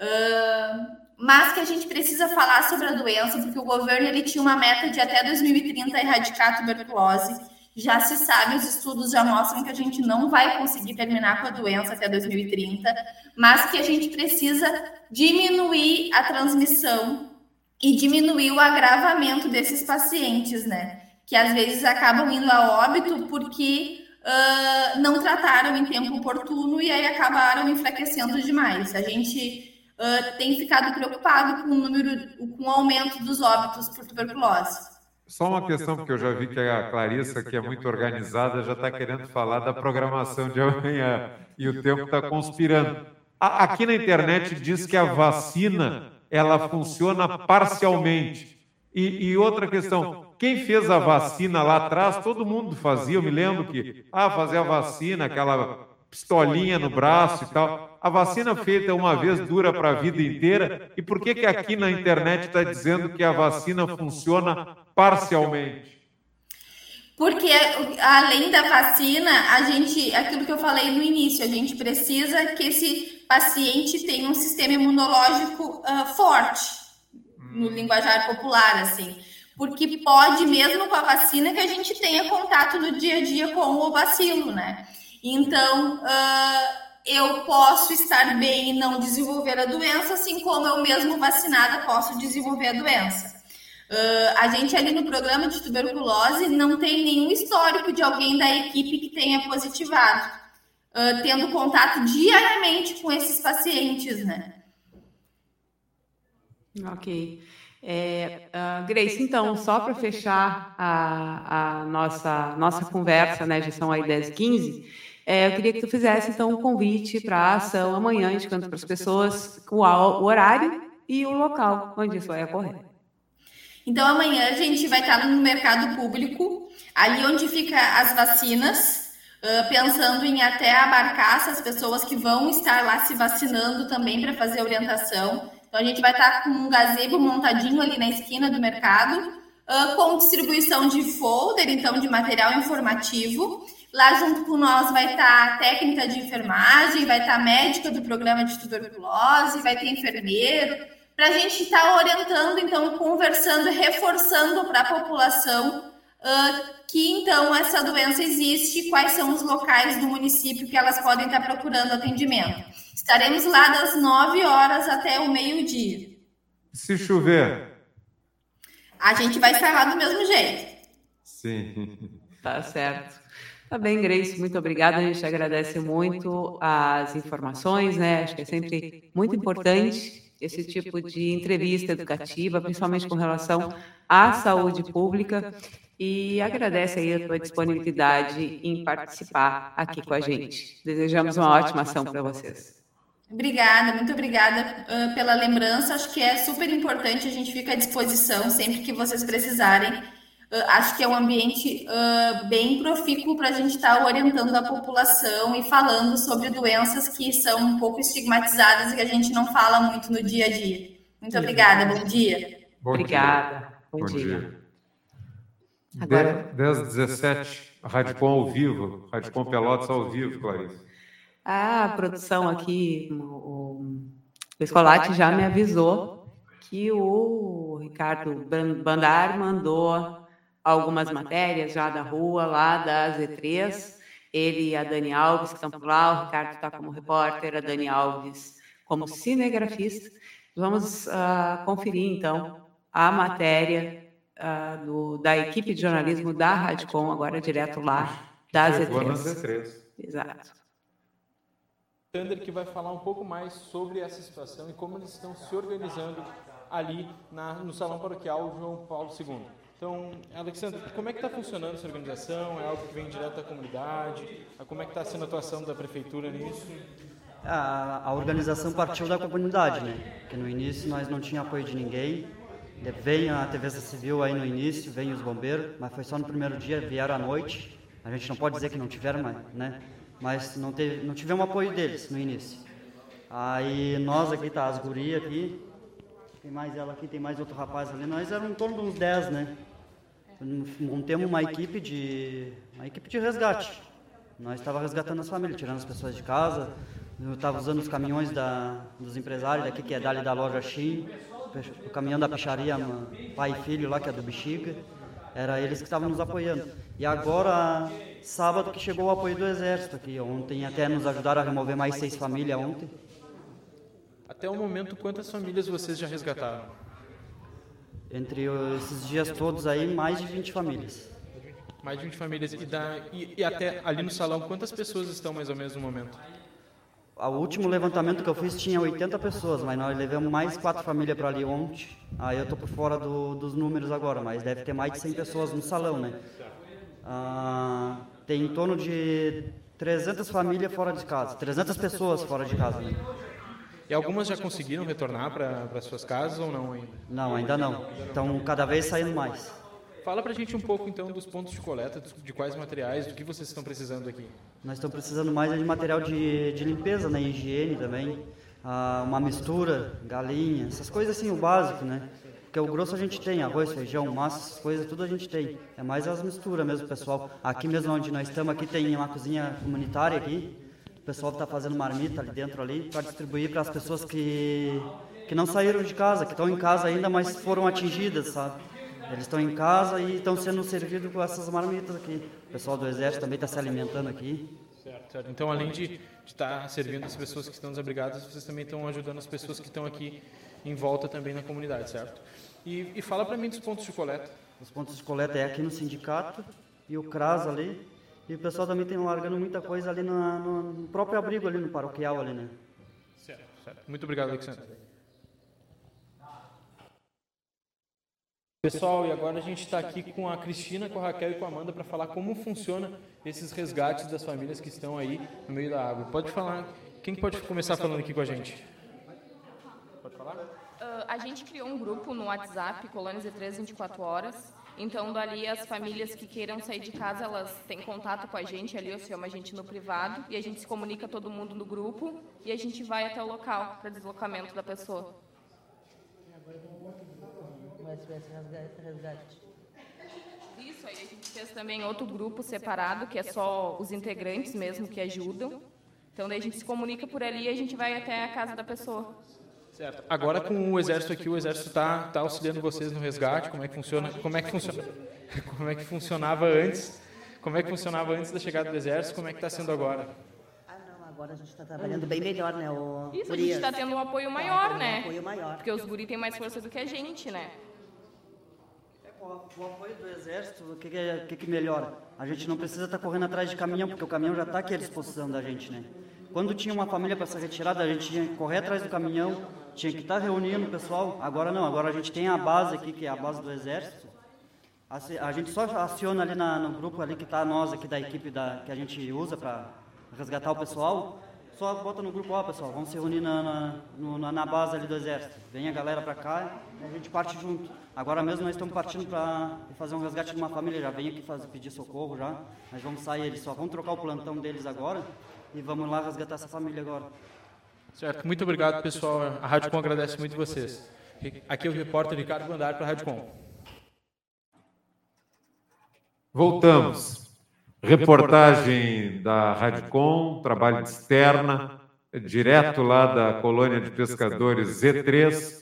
mas que a gente precisa falar sobre a doença, porque o governo ele tinha uma meta de até 2030 erradicar a tuberculose. Já se sabe, os estudos já mostram que a gente não vai conseguir terminar com a doença até 2030, mas que a gente precisa diminuir a transmissão e diminuir o agravamento desses pacientes, né? Que às vezes acabam indo a óbito porque não trataram em tempo oportuno e aí acabaram enfraquecendo demais. A gente tem ficado preocupado com o aumento dos óbitos por tuberculose. Só uma questão, porque eu já vi que a Clarissa, que é muito organizada, já está querendo falar da programação de amanhã e o tempo está conspirando. Aqui na internet diz que a vacina ela funciona parcialmente. E outra questão, quem fez a vacina lá atrás, todo mundo fazia, eu me lembro que fazia a vacina, aquela pistolinha no braço e tal. A vacina feita uma vez dura para a vida inteira. E por que aqui na internet está dizendo que a vacina funciona parcialmente? Porque além da vacina, aquilo que eu falei no início, a gente precisa que esse paciente tenha um sistema imunológico forte, no linguajar popular, assim. Porque pode, mesmo com a vacina, que a gente tenha contato no dia a dia com o bacilo, né? Então, eu posso estar bem e não desenvolver a doença, assim como eu mesmo vacinada posso desenvolver a doença. A gente ali no programa de tuberculose não tem nenhum histórico de alguém da equipe que tenha positivado, tendo contato diariamente com esses pacientes, né? Ok. Grace, então, só para fechar a nossa conversa, né, já são aí 10h15, eu queria que tu fizesse, então, um convite para a ação amanhã, indicando para as pessoas o horário e o local onde isso vai ocorrer. Então, amanhã a gente vai estar no mercado público, ali onde ficam as vacinas, pensando em até abarcar essas pessoas que vão estar lá se vacinando também para fazer orientação. Então, a gente vai estar com um gazebo montadinho ali na esquina do mercado, com distribuição de folder, então, de material informativo. Lá junto com nós vai estar a técnica de enfermagem, vai estar a médica do programa de tuberculose, vai ter enfermeiro, para a gente estar orientando, então, conversando, reforçando para a população que, então, essa doença existe, quais são os locais do município que elas podem estar procurando atendimento. Estaremos lá das 9 horas até o meio-dia. Se chover? A gente vai estar lá do mesmo jeito. Sim. Tá certo. Tá bem, Grace, muito obrigada. A gente agradece muito as informações, né? Acho que é sempre muito importante esse tipo de entrevista educativa, principalmente com relação à saúde pública, e agradece aí a tua disponibilidade em participar aqui com a gente. Desejamos uma ótima ação para vocês. Obrigada, muito obrigada pela lembrança. Acho que é super importante, a gente fica à disposição sempre que vocês precisarem. acho que é um ambiente bem profícuo para a gente estar orientando a população e falando sobre doenças que são um pouco estigmatizadas e que a gente não fala muito no dia a dia. Muito obrigada, bom dia. Obrigada, bom dia. Agora, 10h17, Radicom ao vivo, Radicom Pelotas ao vivo, Clarice. A produção aqui, o Escolati já me avisou que o Ricardo Bandar mandou algumas matérias já da rua, lá da Z3, ele e a Dani Alves, que estão por lá, o Ricardo está como repórter, a Dani Alves como cinegrafista. Vamos conferir, então, a matéria da equipe de jornalismo da Radicom, agora direto lá da Z3. Exato. Sander, que vai falar um pouco mais sobre essa situação e como eles estão se organizando ali no Salão Paroquial João Paulo II. Então, Alexandre, como é que está funcionando essa organização? É algo que vem direto da comunidade? Como é que está sendo a atuação da prefeitura nisso? A organização partiu da comunidade, né? Porque no início nós não tínhamos apoio de ninguém. Veio a TV Civil aí no início, veio os bombeiros, mas foi só no primeiro dia, vieram à noite. A gente não pode dizer que não tiveram, né? Mas não tivemos apoio deles no início. Aí nós aqui, tá, as gurias aqui, tem mais ela aqui, tem mais outro rapaz ali, nós éramos em torno de uns 10, né? Montemos uma equipe de resgate. Nós estávamos resgatando as famílias, tirando as pessoas de casa. Eu estava usando os caminhões dos empresários daqui, que é dali da loja Shin, o caminhão da peixaria Pai e Filho lá, que é do Bexiga. Era eles que estavam nos apoiando. E agora, sábado, que chegou o apoio do Exército aqui. Ontem até nos ajudaram a remover mais 6 famílias ontem. Até o momento, quantas famílias vocês já resgataram? Entre esses dias todos aí, mais de 20 famílias. Mais de 20 famílias. E até ali no salão, quantas pessoas estão mais ou menos no momento? O último levantamento que eu fiz tinha 80 pessoas, mas nós levamos mais 4 famílias para ali ontem. Aí eu estou por fora dos números agora, mas deve ter mais de 100 pessoas no salão, né? Tem em torno de 300 famílias fora de casa, 300 pessoas fora de casa, né? E algumas já conseguiram retornar para suas casas ou não ainda? Não, ainda não. Estão cada vez saindo mais. Fala para a gente um pouco, então, dos pontos de coleta, de quais materiais, do que vocês estão precisando aqui. Nós estamos precisando mais de material de limpeza, né? Higiene também, uma mistura, galinha, essas coisas assim, o básico, né? Porque o grosso a gente tem, arroz, feijão, massa, essas coisas, tudo a gente tem. É mais as misturas mesmo, pessoal. Aqui mesmo onde nós estamos, aqui tem uma cozinha comunitária aqui. O pessoal está fazendo marmita ali dentro ali para distribuir para as pessoas que não saíram de casa, que estão em casa ainda, mas foram atingidas, sabe? Eles estão em casa e estão sendo servidos com essas marmitas aqui. O pessoal do Exército também está se alimentando aqui. Certo. Então, além de estar servindo as pessoas que estão desabrigadas, vocês também estão ajudando as pessoas que estão aqui em volta também na comunidade, certo? E fala para mim dos pontos de coleta. Os pontos de coleta é aqui no sindicato e o CRAS ali. E o pessoal também tem largando muita coisa ali no próprio abrigo ali no paroquial ali, né? Certo. Muito obrigado, Alexandre. Pessoal, e agora a gente está aqui com a Cristina, com a Raquel e com a Amanda para falar como funciona esses resgates das famílias que estão aí no meio da água. Pode falar, quem pode começar falando aqui com a gente? Pode falar? A gente criou um grupo no WhatsApp, Colônia Z3 24 horas. Então, dali as famílias que queiram sair de casa, elas têm contato com a gente ali, ou se chama a gente no privado, e a gente se comunica todo mundo no grupo e a gente vai até o local para deslocamento da pessoa. Resgate. Isso, aí a gente fez também outro grupo separado, que é só os integrantes mesmo que ajudam. Então, daí a gente se comunica por ali e a gente vai até a casa da pessoa. Certo. Agora com o Exército aqui, o Exército está auxiliando vocês no resgate. Como é que funciona? Como é que funcionava antes? Como é que funcionava antes da chegada do Exército? Como é que está sendo agora? Agora a gente está trabalhando bem melhor, né? Isso, a gente está tendo um apoio maior, né? Um apoio maior. Porque os guri têm mais força do que a gente, né? O apoio do Exército, o que melhora? A gente não precisa estar correndo atrás de caminhão, porque o caminhão já está aqui à disposição da gente, né? Quando tinha uma família para ser retirada, a gente tinha que correr atrás do caminhão, tinha que estar reunindo o pessoal. Agora não, agora a gente tem a base aqui, que é a base do Exército. A gente só aciona ali no grupo ali que está nós aqui da equipe que a gente usa para resgatar o pessoal. só bota no grupo, pessoal, vamos se reunir na base ali do Exército. Vem a galera para cá e a gente parte junto. Agora mesmo nós estamos partindo para fazer um resgate de uma família, já vem aqui pedir socorro já. Nós vamos sair, eles só vão trocar o plantão deles agora e vamos lá resgatar essa família agora. Certo, muito obrigado, pessoal. A Rádio Com agradece muito vocês. Aqui é o repórter Ricardo Bandar para a Rádio Com. Voltamos. Reportagem da Rádio Com, trabalho de externa, direto lá da colônia de pescadores Z3,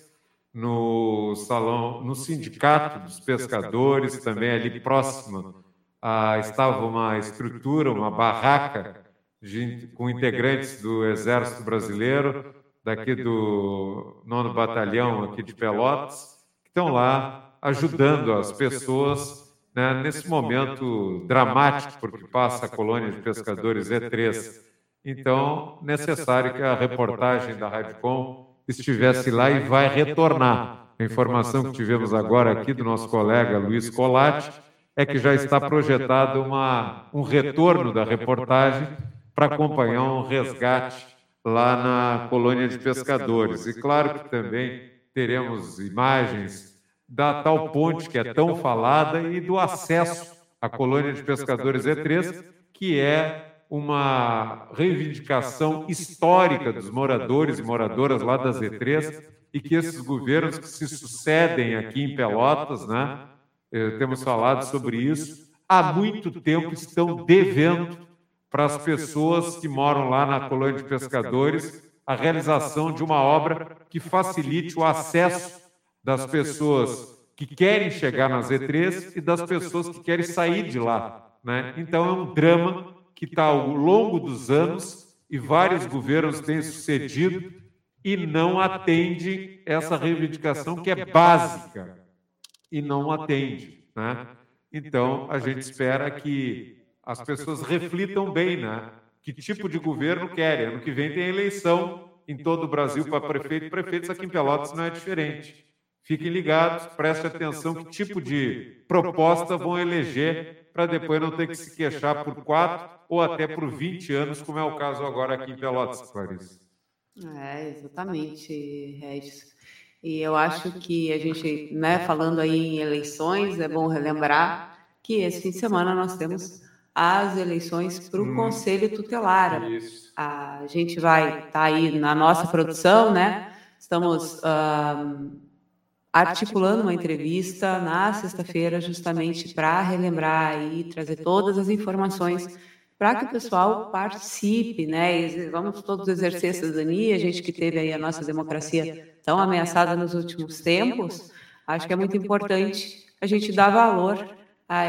no salão, no sindicato dos pescadores, também ali próximo estava uma estrutura, uma barraca com integrantes do Exército Brasileiro, daqui do 9º Batalhão aqui de Pelotas, que estão lá ajudando as pessoas, né, nesse momento dramático, porque passa a colônia de pescadores E3. Então, necessário que a reportagem da Rádio Com estivesse lá e vai retornar. A informação que tivemos agora aqui do nosso colega Luiz Colatti é que já está projetado um retorno da reportagem para acompanhar um resgate lá na colônia de pescadores. E claro que também teremos imagens da tal ponte que é tão falada e do acesso à colônia de pescadores E3, que é uma reivindicação histórica dos moradores e moradoras lá das E3, e que esses governos que se sucedem aqui em Pelotas, né, temos falado sobre isso, há muito tempo estão devendo para as pessoas que moram lá na colônia de pescadores a realização de uma obra que facilite o acesso das pessoas que querem chegar na Z3 e das pessoas que querem sair de lá, né? Então é um drama que está ao longo dos anos e vários governos têm sucedido e não atende essa reivindicação que é básica e não atende, né? Então a gente espera que as pessoas reflitam bem, né? Que tipo de governo querem. Ano que vem tem eleição em todo o Brasil para prefeito e prefeitos, aqui em Pelotas não é diferente. Fiquem ligados, prestem atenção que tipo de proposta vão eleger para depois não ter que se queixar por 4 ou até por 20 anos, como é o caso agora aqui em Pelotas, Clarice. Exatamente, Regis. E eu acho que a gente, né, falando aí em eleições, é bom relembrar que esse fim de semana nós temos as eleições para o Conselho Tutelar. Isso. A gente vai estar aí na nossa produção, né? Estamos articulando uma entrevista na sexta-feira justamente para relembrar e trazer todas as informações para que o pessoal participe, né? E vamos todos exercer a cidadania, a gente que teve aí a nossa democracia tão ameaçada nos últimos tempos, acho que é muito importante a gente dar valor a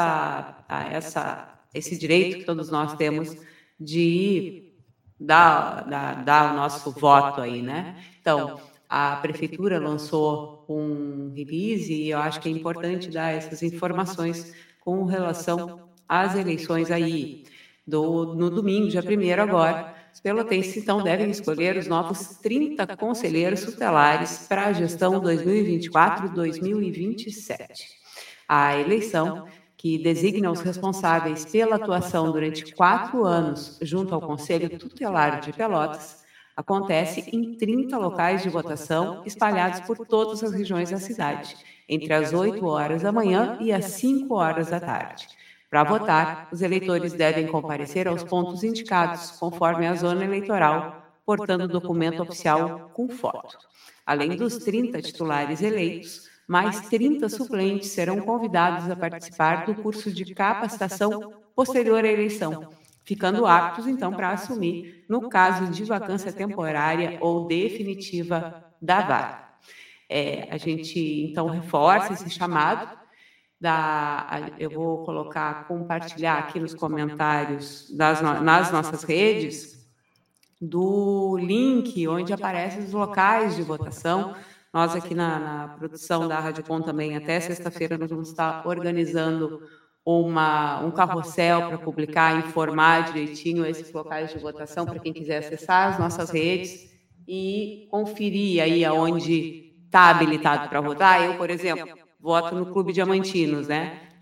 esse direito que todos nós temos de dar o nosso voto aí, né? Então, a prefeitura lançou um release e eu acho que é importante dar essas informações com relação às eleições aí no domingo, dia 1º agora. Os pelotenses, então, devem escolher os novos 30 conselheiros tutelares para a gestão 2024-2027. A eleição, que designa os responsáveis pela atuação durante 4 anos junto ao Conselho Tutelar de Pelotas, acontece em 30 locais de votação espalhados por todas as regiões da cidade, entre as 8 horas da manhã e as 5 horas da tarde. Para votar, os eleitores devem comparecer aos pontos indicados, conforme a zona eleitoral, portando documento oficial com foto. Além dos 30 titulares eleitos, mais 30 suplentes serão convidados a participar do curso de capacitação posterior à eleição, ficando aptos, então, para assumir no caso de vacância temporária ou definitiva da vaga. A gente, então, reforça esse chamado. Eu vou compartilhar aqui nos comentários nas nossas redes do link onde aparecem os locais de votação. Nós aqui na produção da Rádio Com também, até sexta-feira, nós vamos estar organizando um carrossel para publicar, informar direitinho esses locais de votação para quem quiser acessar as nossas redes e conferir aí aonde está habilitado para votar. Eu, por exemplo, voto no Clube Diamantinos, né?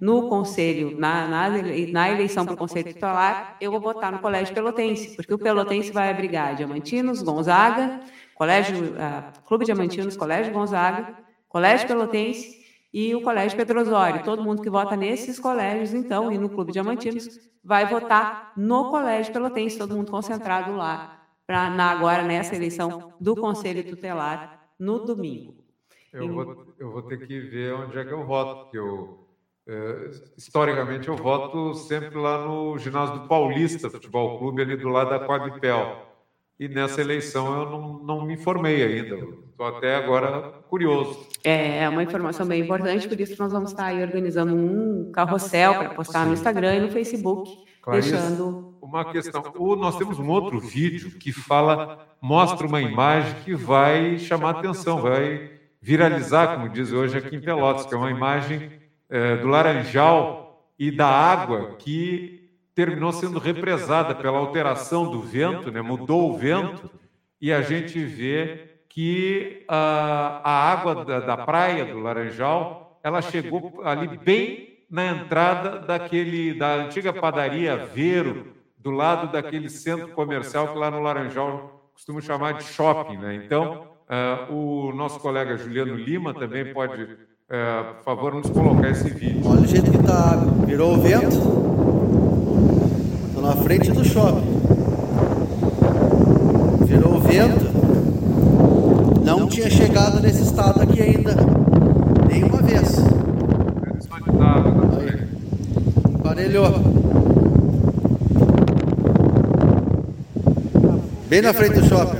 no conselho, na eleição para o conselho tutelar, eu vou votar no Colégio Pelotense, porque o Pelotense vai abrigar Diamantinos, Gonzaga, Clube Diamantinos, Colégio Gonzaga, Colégio Pelotense e o Colégio Pedro Osório. Todo mundo que vota nesses colégios, então, e no Clube Diamantinos, vai votar no Colégio Pelotense, todo mundo concentrado lá, agora nessa eleição do Conselho Tutelar, no domingo. Eu vou ter que ver onde é que eu voto, porque historicamente eu voto sempre lá no ginásio do Paulista Futebol Clube, ali do lado da Quadripel. E nessa eleição eu não me informei ainda. Estou até agora curioso. É uma informação bem importante, por isso nós vamos estar aí organizando um carrossel para postar no Instagram e no Facebook, deixando... Uma questão. Nós temos um outro vídeo que mostra uma imagem que vai chamar atenção, vai viralizar, como diz hoje aqui em Pelotas, que é uma imagem do Laranjal e da água que terminou sendo represada pela alteração do vento, né? Mudou o vento, e a gente vê que a água da praia do Laranjal, ela chegou ali bem na entrada da antiga padaria Vero, do lado daquele centro comercial que lá no Laranjal costuma chamar de shopping, né? Então, o nosso colega Juliano Lima também pode, por favor, nos colocar esse vídeo. Olha o jeito que está a água. Virou o vento. Na frente do shopping. Virou o vento. Não tinha chegado nesse estado aqui ainda. Nenhuma vez. Aí. Emparelhou. Bem na frente do shopping.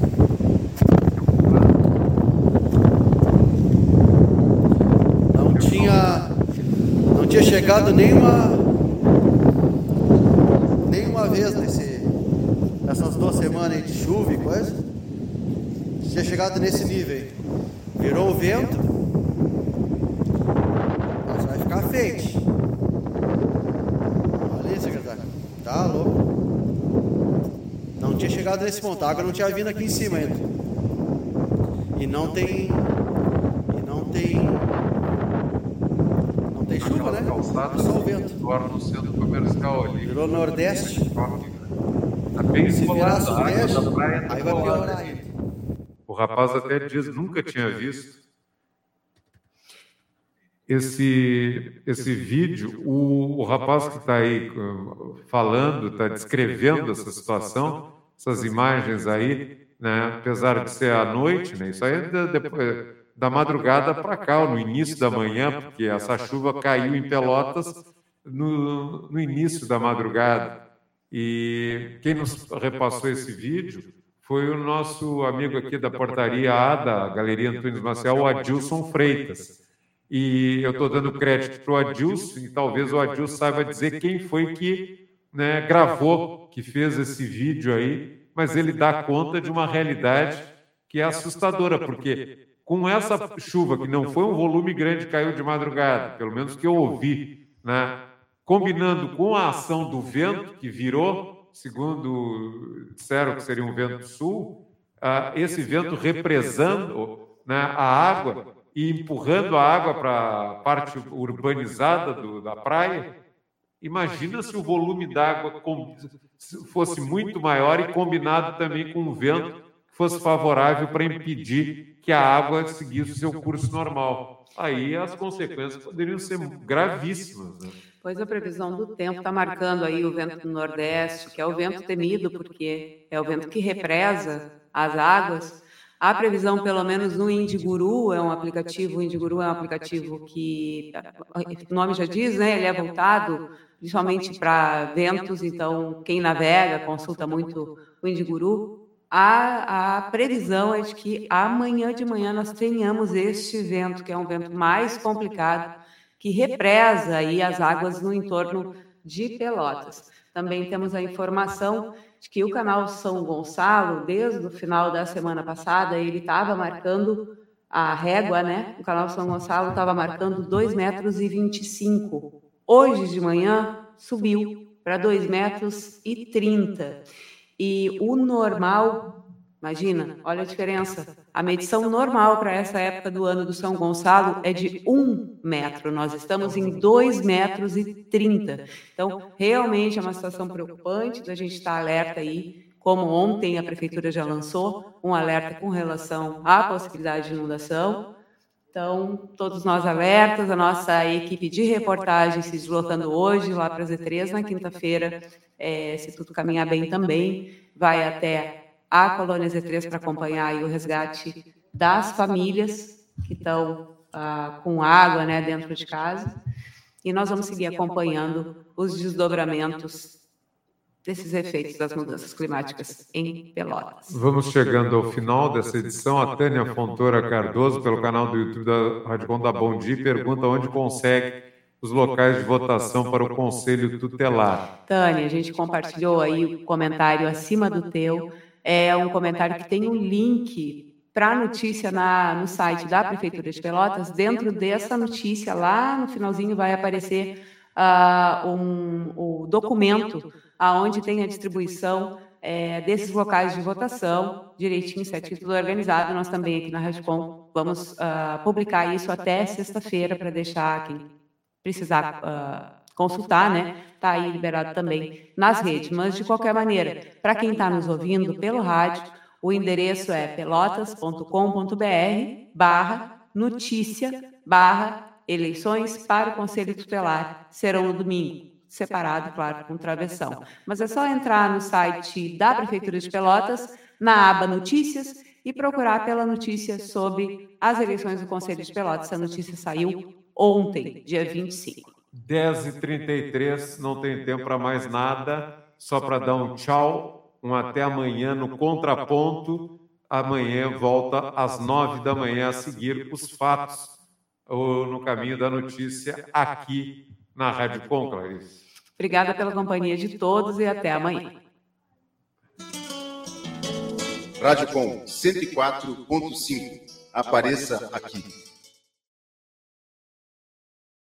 Não tinha chegado nenhuma vez nessas 2 semanas aí de chuva e coisa. Tinha chegado nesse nível aí. Virou o vento. Mas vai ficar feio. Olha aí, secretário. Tá louco. Não tinha chegado nesse ponto. A água não tinha vindo aqui em cima ainda. E não tem chuva, né? É só o vento. No centro comercial ali. Virou Nordeste. Tá bem se virar Sudeste, aí vai piorar ainda. O rapaz até diz nunca tinha visto esse vídeo. O rapaz que está aí falando, está descrevendo essa situação, essas imagens aí, né? Apesar de ser à noite, né? Isso aí é depois da madrugada para cá, ou no início da manhã, porque essa chuva caiu em Pelotas no início da madrugada. E quem nos repassou esse vídeo foi o nosso amigo aqui da portaria A da Galeria Antunes Maciel, o Adilson Freitas. E eu estou dando crédito para o Adilson, e talvez o Adilson saiba dizer quem foi que, né, gravou, que fez esse vídeo aí, mas ele dá conta de uma realidade que é assustadora, porque com essa chuva, que não foi um volume grande que caiu de madrugada, pelo menos que eu ouvi, né, combinando com a ação do vento, que virou, segundo disseram que seria um vento sul, esse vento represando, né, a água e empurrando a água para a parte urbanizada da praia. Imagina se o volume d'água fosse muito maior e combinado também com o vento que fosse favorável para impedir que a água seguisse o seu curso normal. Aí as consequências poderiam ser gravíssimas, né? Pois a previsão do tempo está marcando aí o vento do Nordeste, que é o vento temido, porque é o vento que represa as águas. A previsão, pelo menos no Indiguru, o Indiguru é um aplicativo que, o nome já diz, né? Ele é voltado principalmente para ventos, então quem navega consulta muito o Indiguru. A previsão é de que amanhã de manhã nós tenhamos este vento, que é um vento mais complicado, que represa aí as águas no entorno de Pelotas. Também temos a informação de que o canal São Gonçalo, desde o final da semana passada, ele estava marcando a régua, né? O canal São Gonçalo estava marcando 2,25 metros. Hoje de manhã subiu para 2,30 metros. E o normal, imagina, olha a diferença. A medição normal para essa época do ano do São Gonçalo é de 1 metro, nós estamos em 2,30 metros. Então, realmente é uma situação preocupante, a gente está alerta aí, como ontem a Prefeitura já lançou um alerta com relação à possibilidade de inundação. Então, todos nós alertas, a nossa equipe de reportagem se deslocando hoje lá para Z3, na quinta-feira, se tudo caminhar bem também, vai até a colônia Z3 para acompanhar aí o resgate das famílias que estão com água, né, dentro de casa, e nós vamos seguir acompanhando os desdobramentos desses efeitos das mudanças climáticas em Pelotas. Vamos chegando ao final dessa edição. A Tânia Fontoura Cardoso, pelo canal do YouTube da Rádio Com da Bom Dia, pergunta onde consegue os locais de votação para o Conselho Tutelar. Tânia, a gente compartilhou aí o comentário acima do teu. É um comentário que tem um link para a notícia no site da Prefeitura de Pelotas. Dentro dessa notícia, lá no finalzinho, vai aparecer o documento aonde tem a distribuição desses locais de votação, direitinho, certinho, tudo organizado. Nós também aqui na Rádio Com vamos publicar isso até sexta-feira para deixar quem precisar consultar, né? Está aí liberado também nas redes. Mas, de qualquer maneira, para quem está nos ouvindo pelo rádio, o endereço é pelotas.com.br/notícia/eleições para o Conselho Tutelar. Serão no domingo, separado, claro, com travessão. Mas é só entrar no site da Prefeitura de Pelotas, na aba Notícias, e procurar pela notícia sobre as eleições do Conselho de Pelotas. Essa notícia saiu ontem, dia 25. 10h33, não tem tempo para mais nada, só para dar um tchau, até amanhã no Contraponto. Amanhã volta às 9 da manhã a seguir os fatos no caminho da notícia aqui na Rádio Com, Clarice. Obrigada pela companhia de todos e até amanhã. Rádio Com 104.5. Apareça aqui.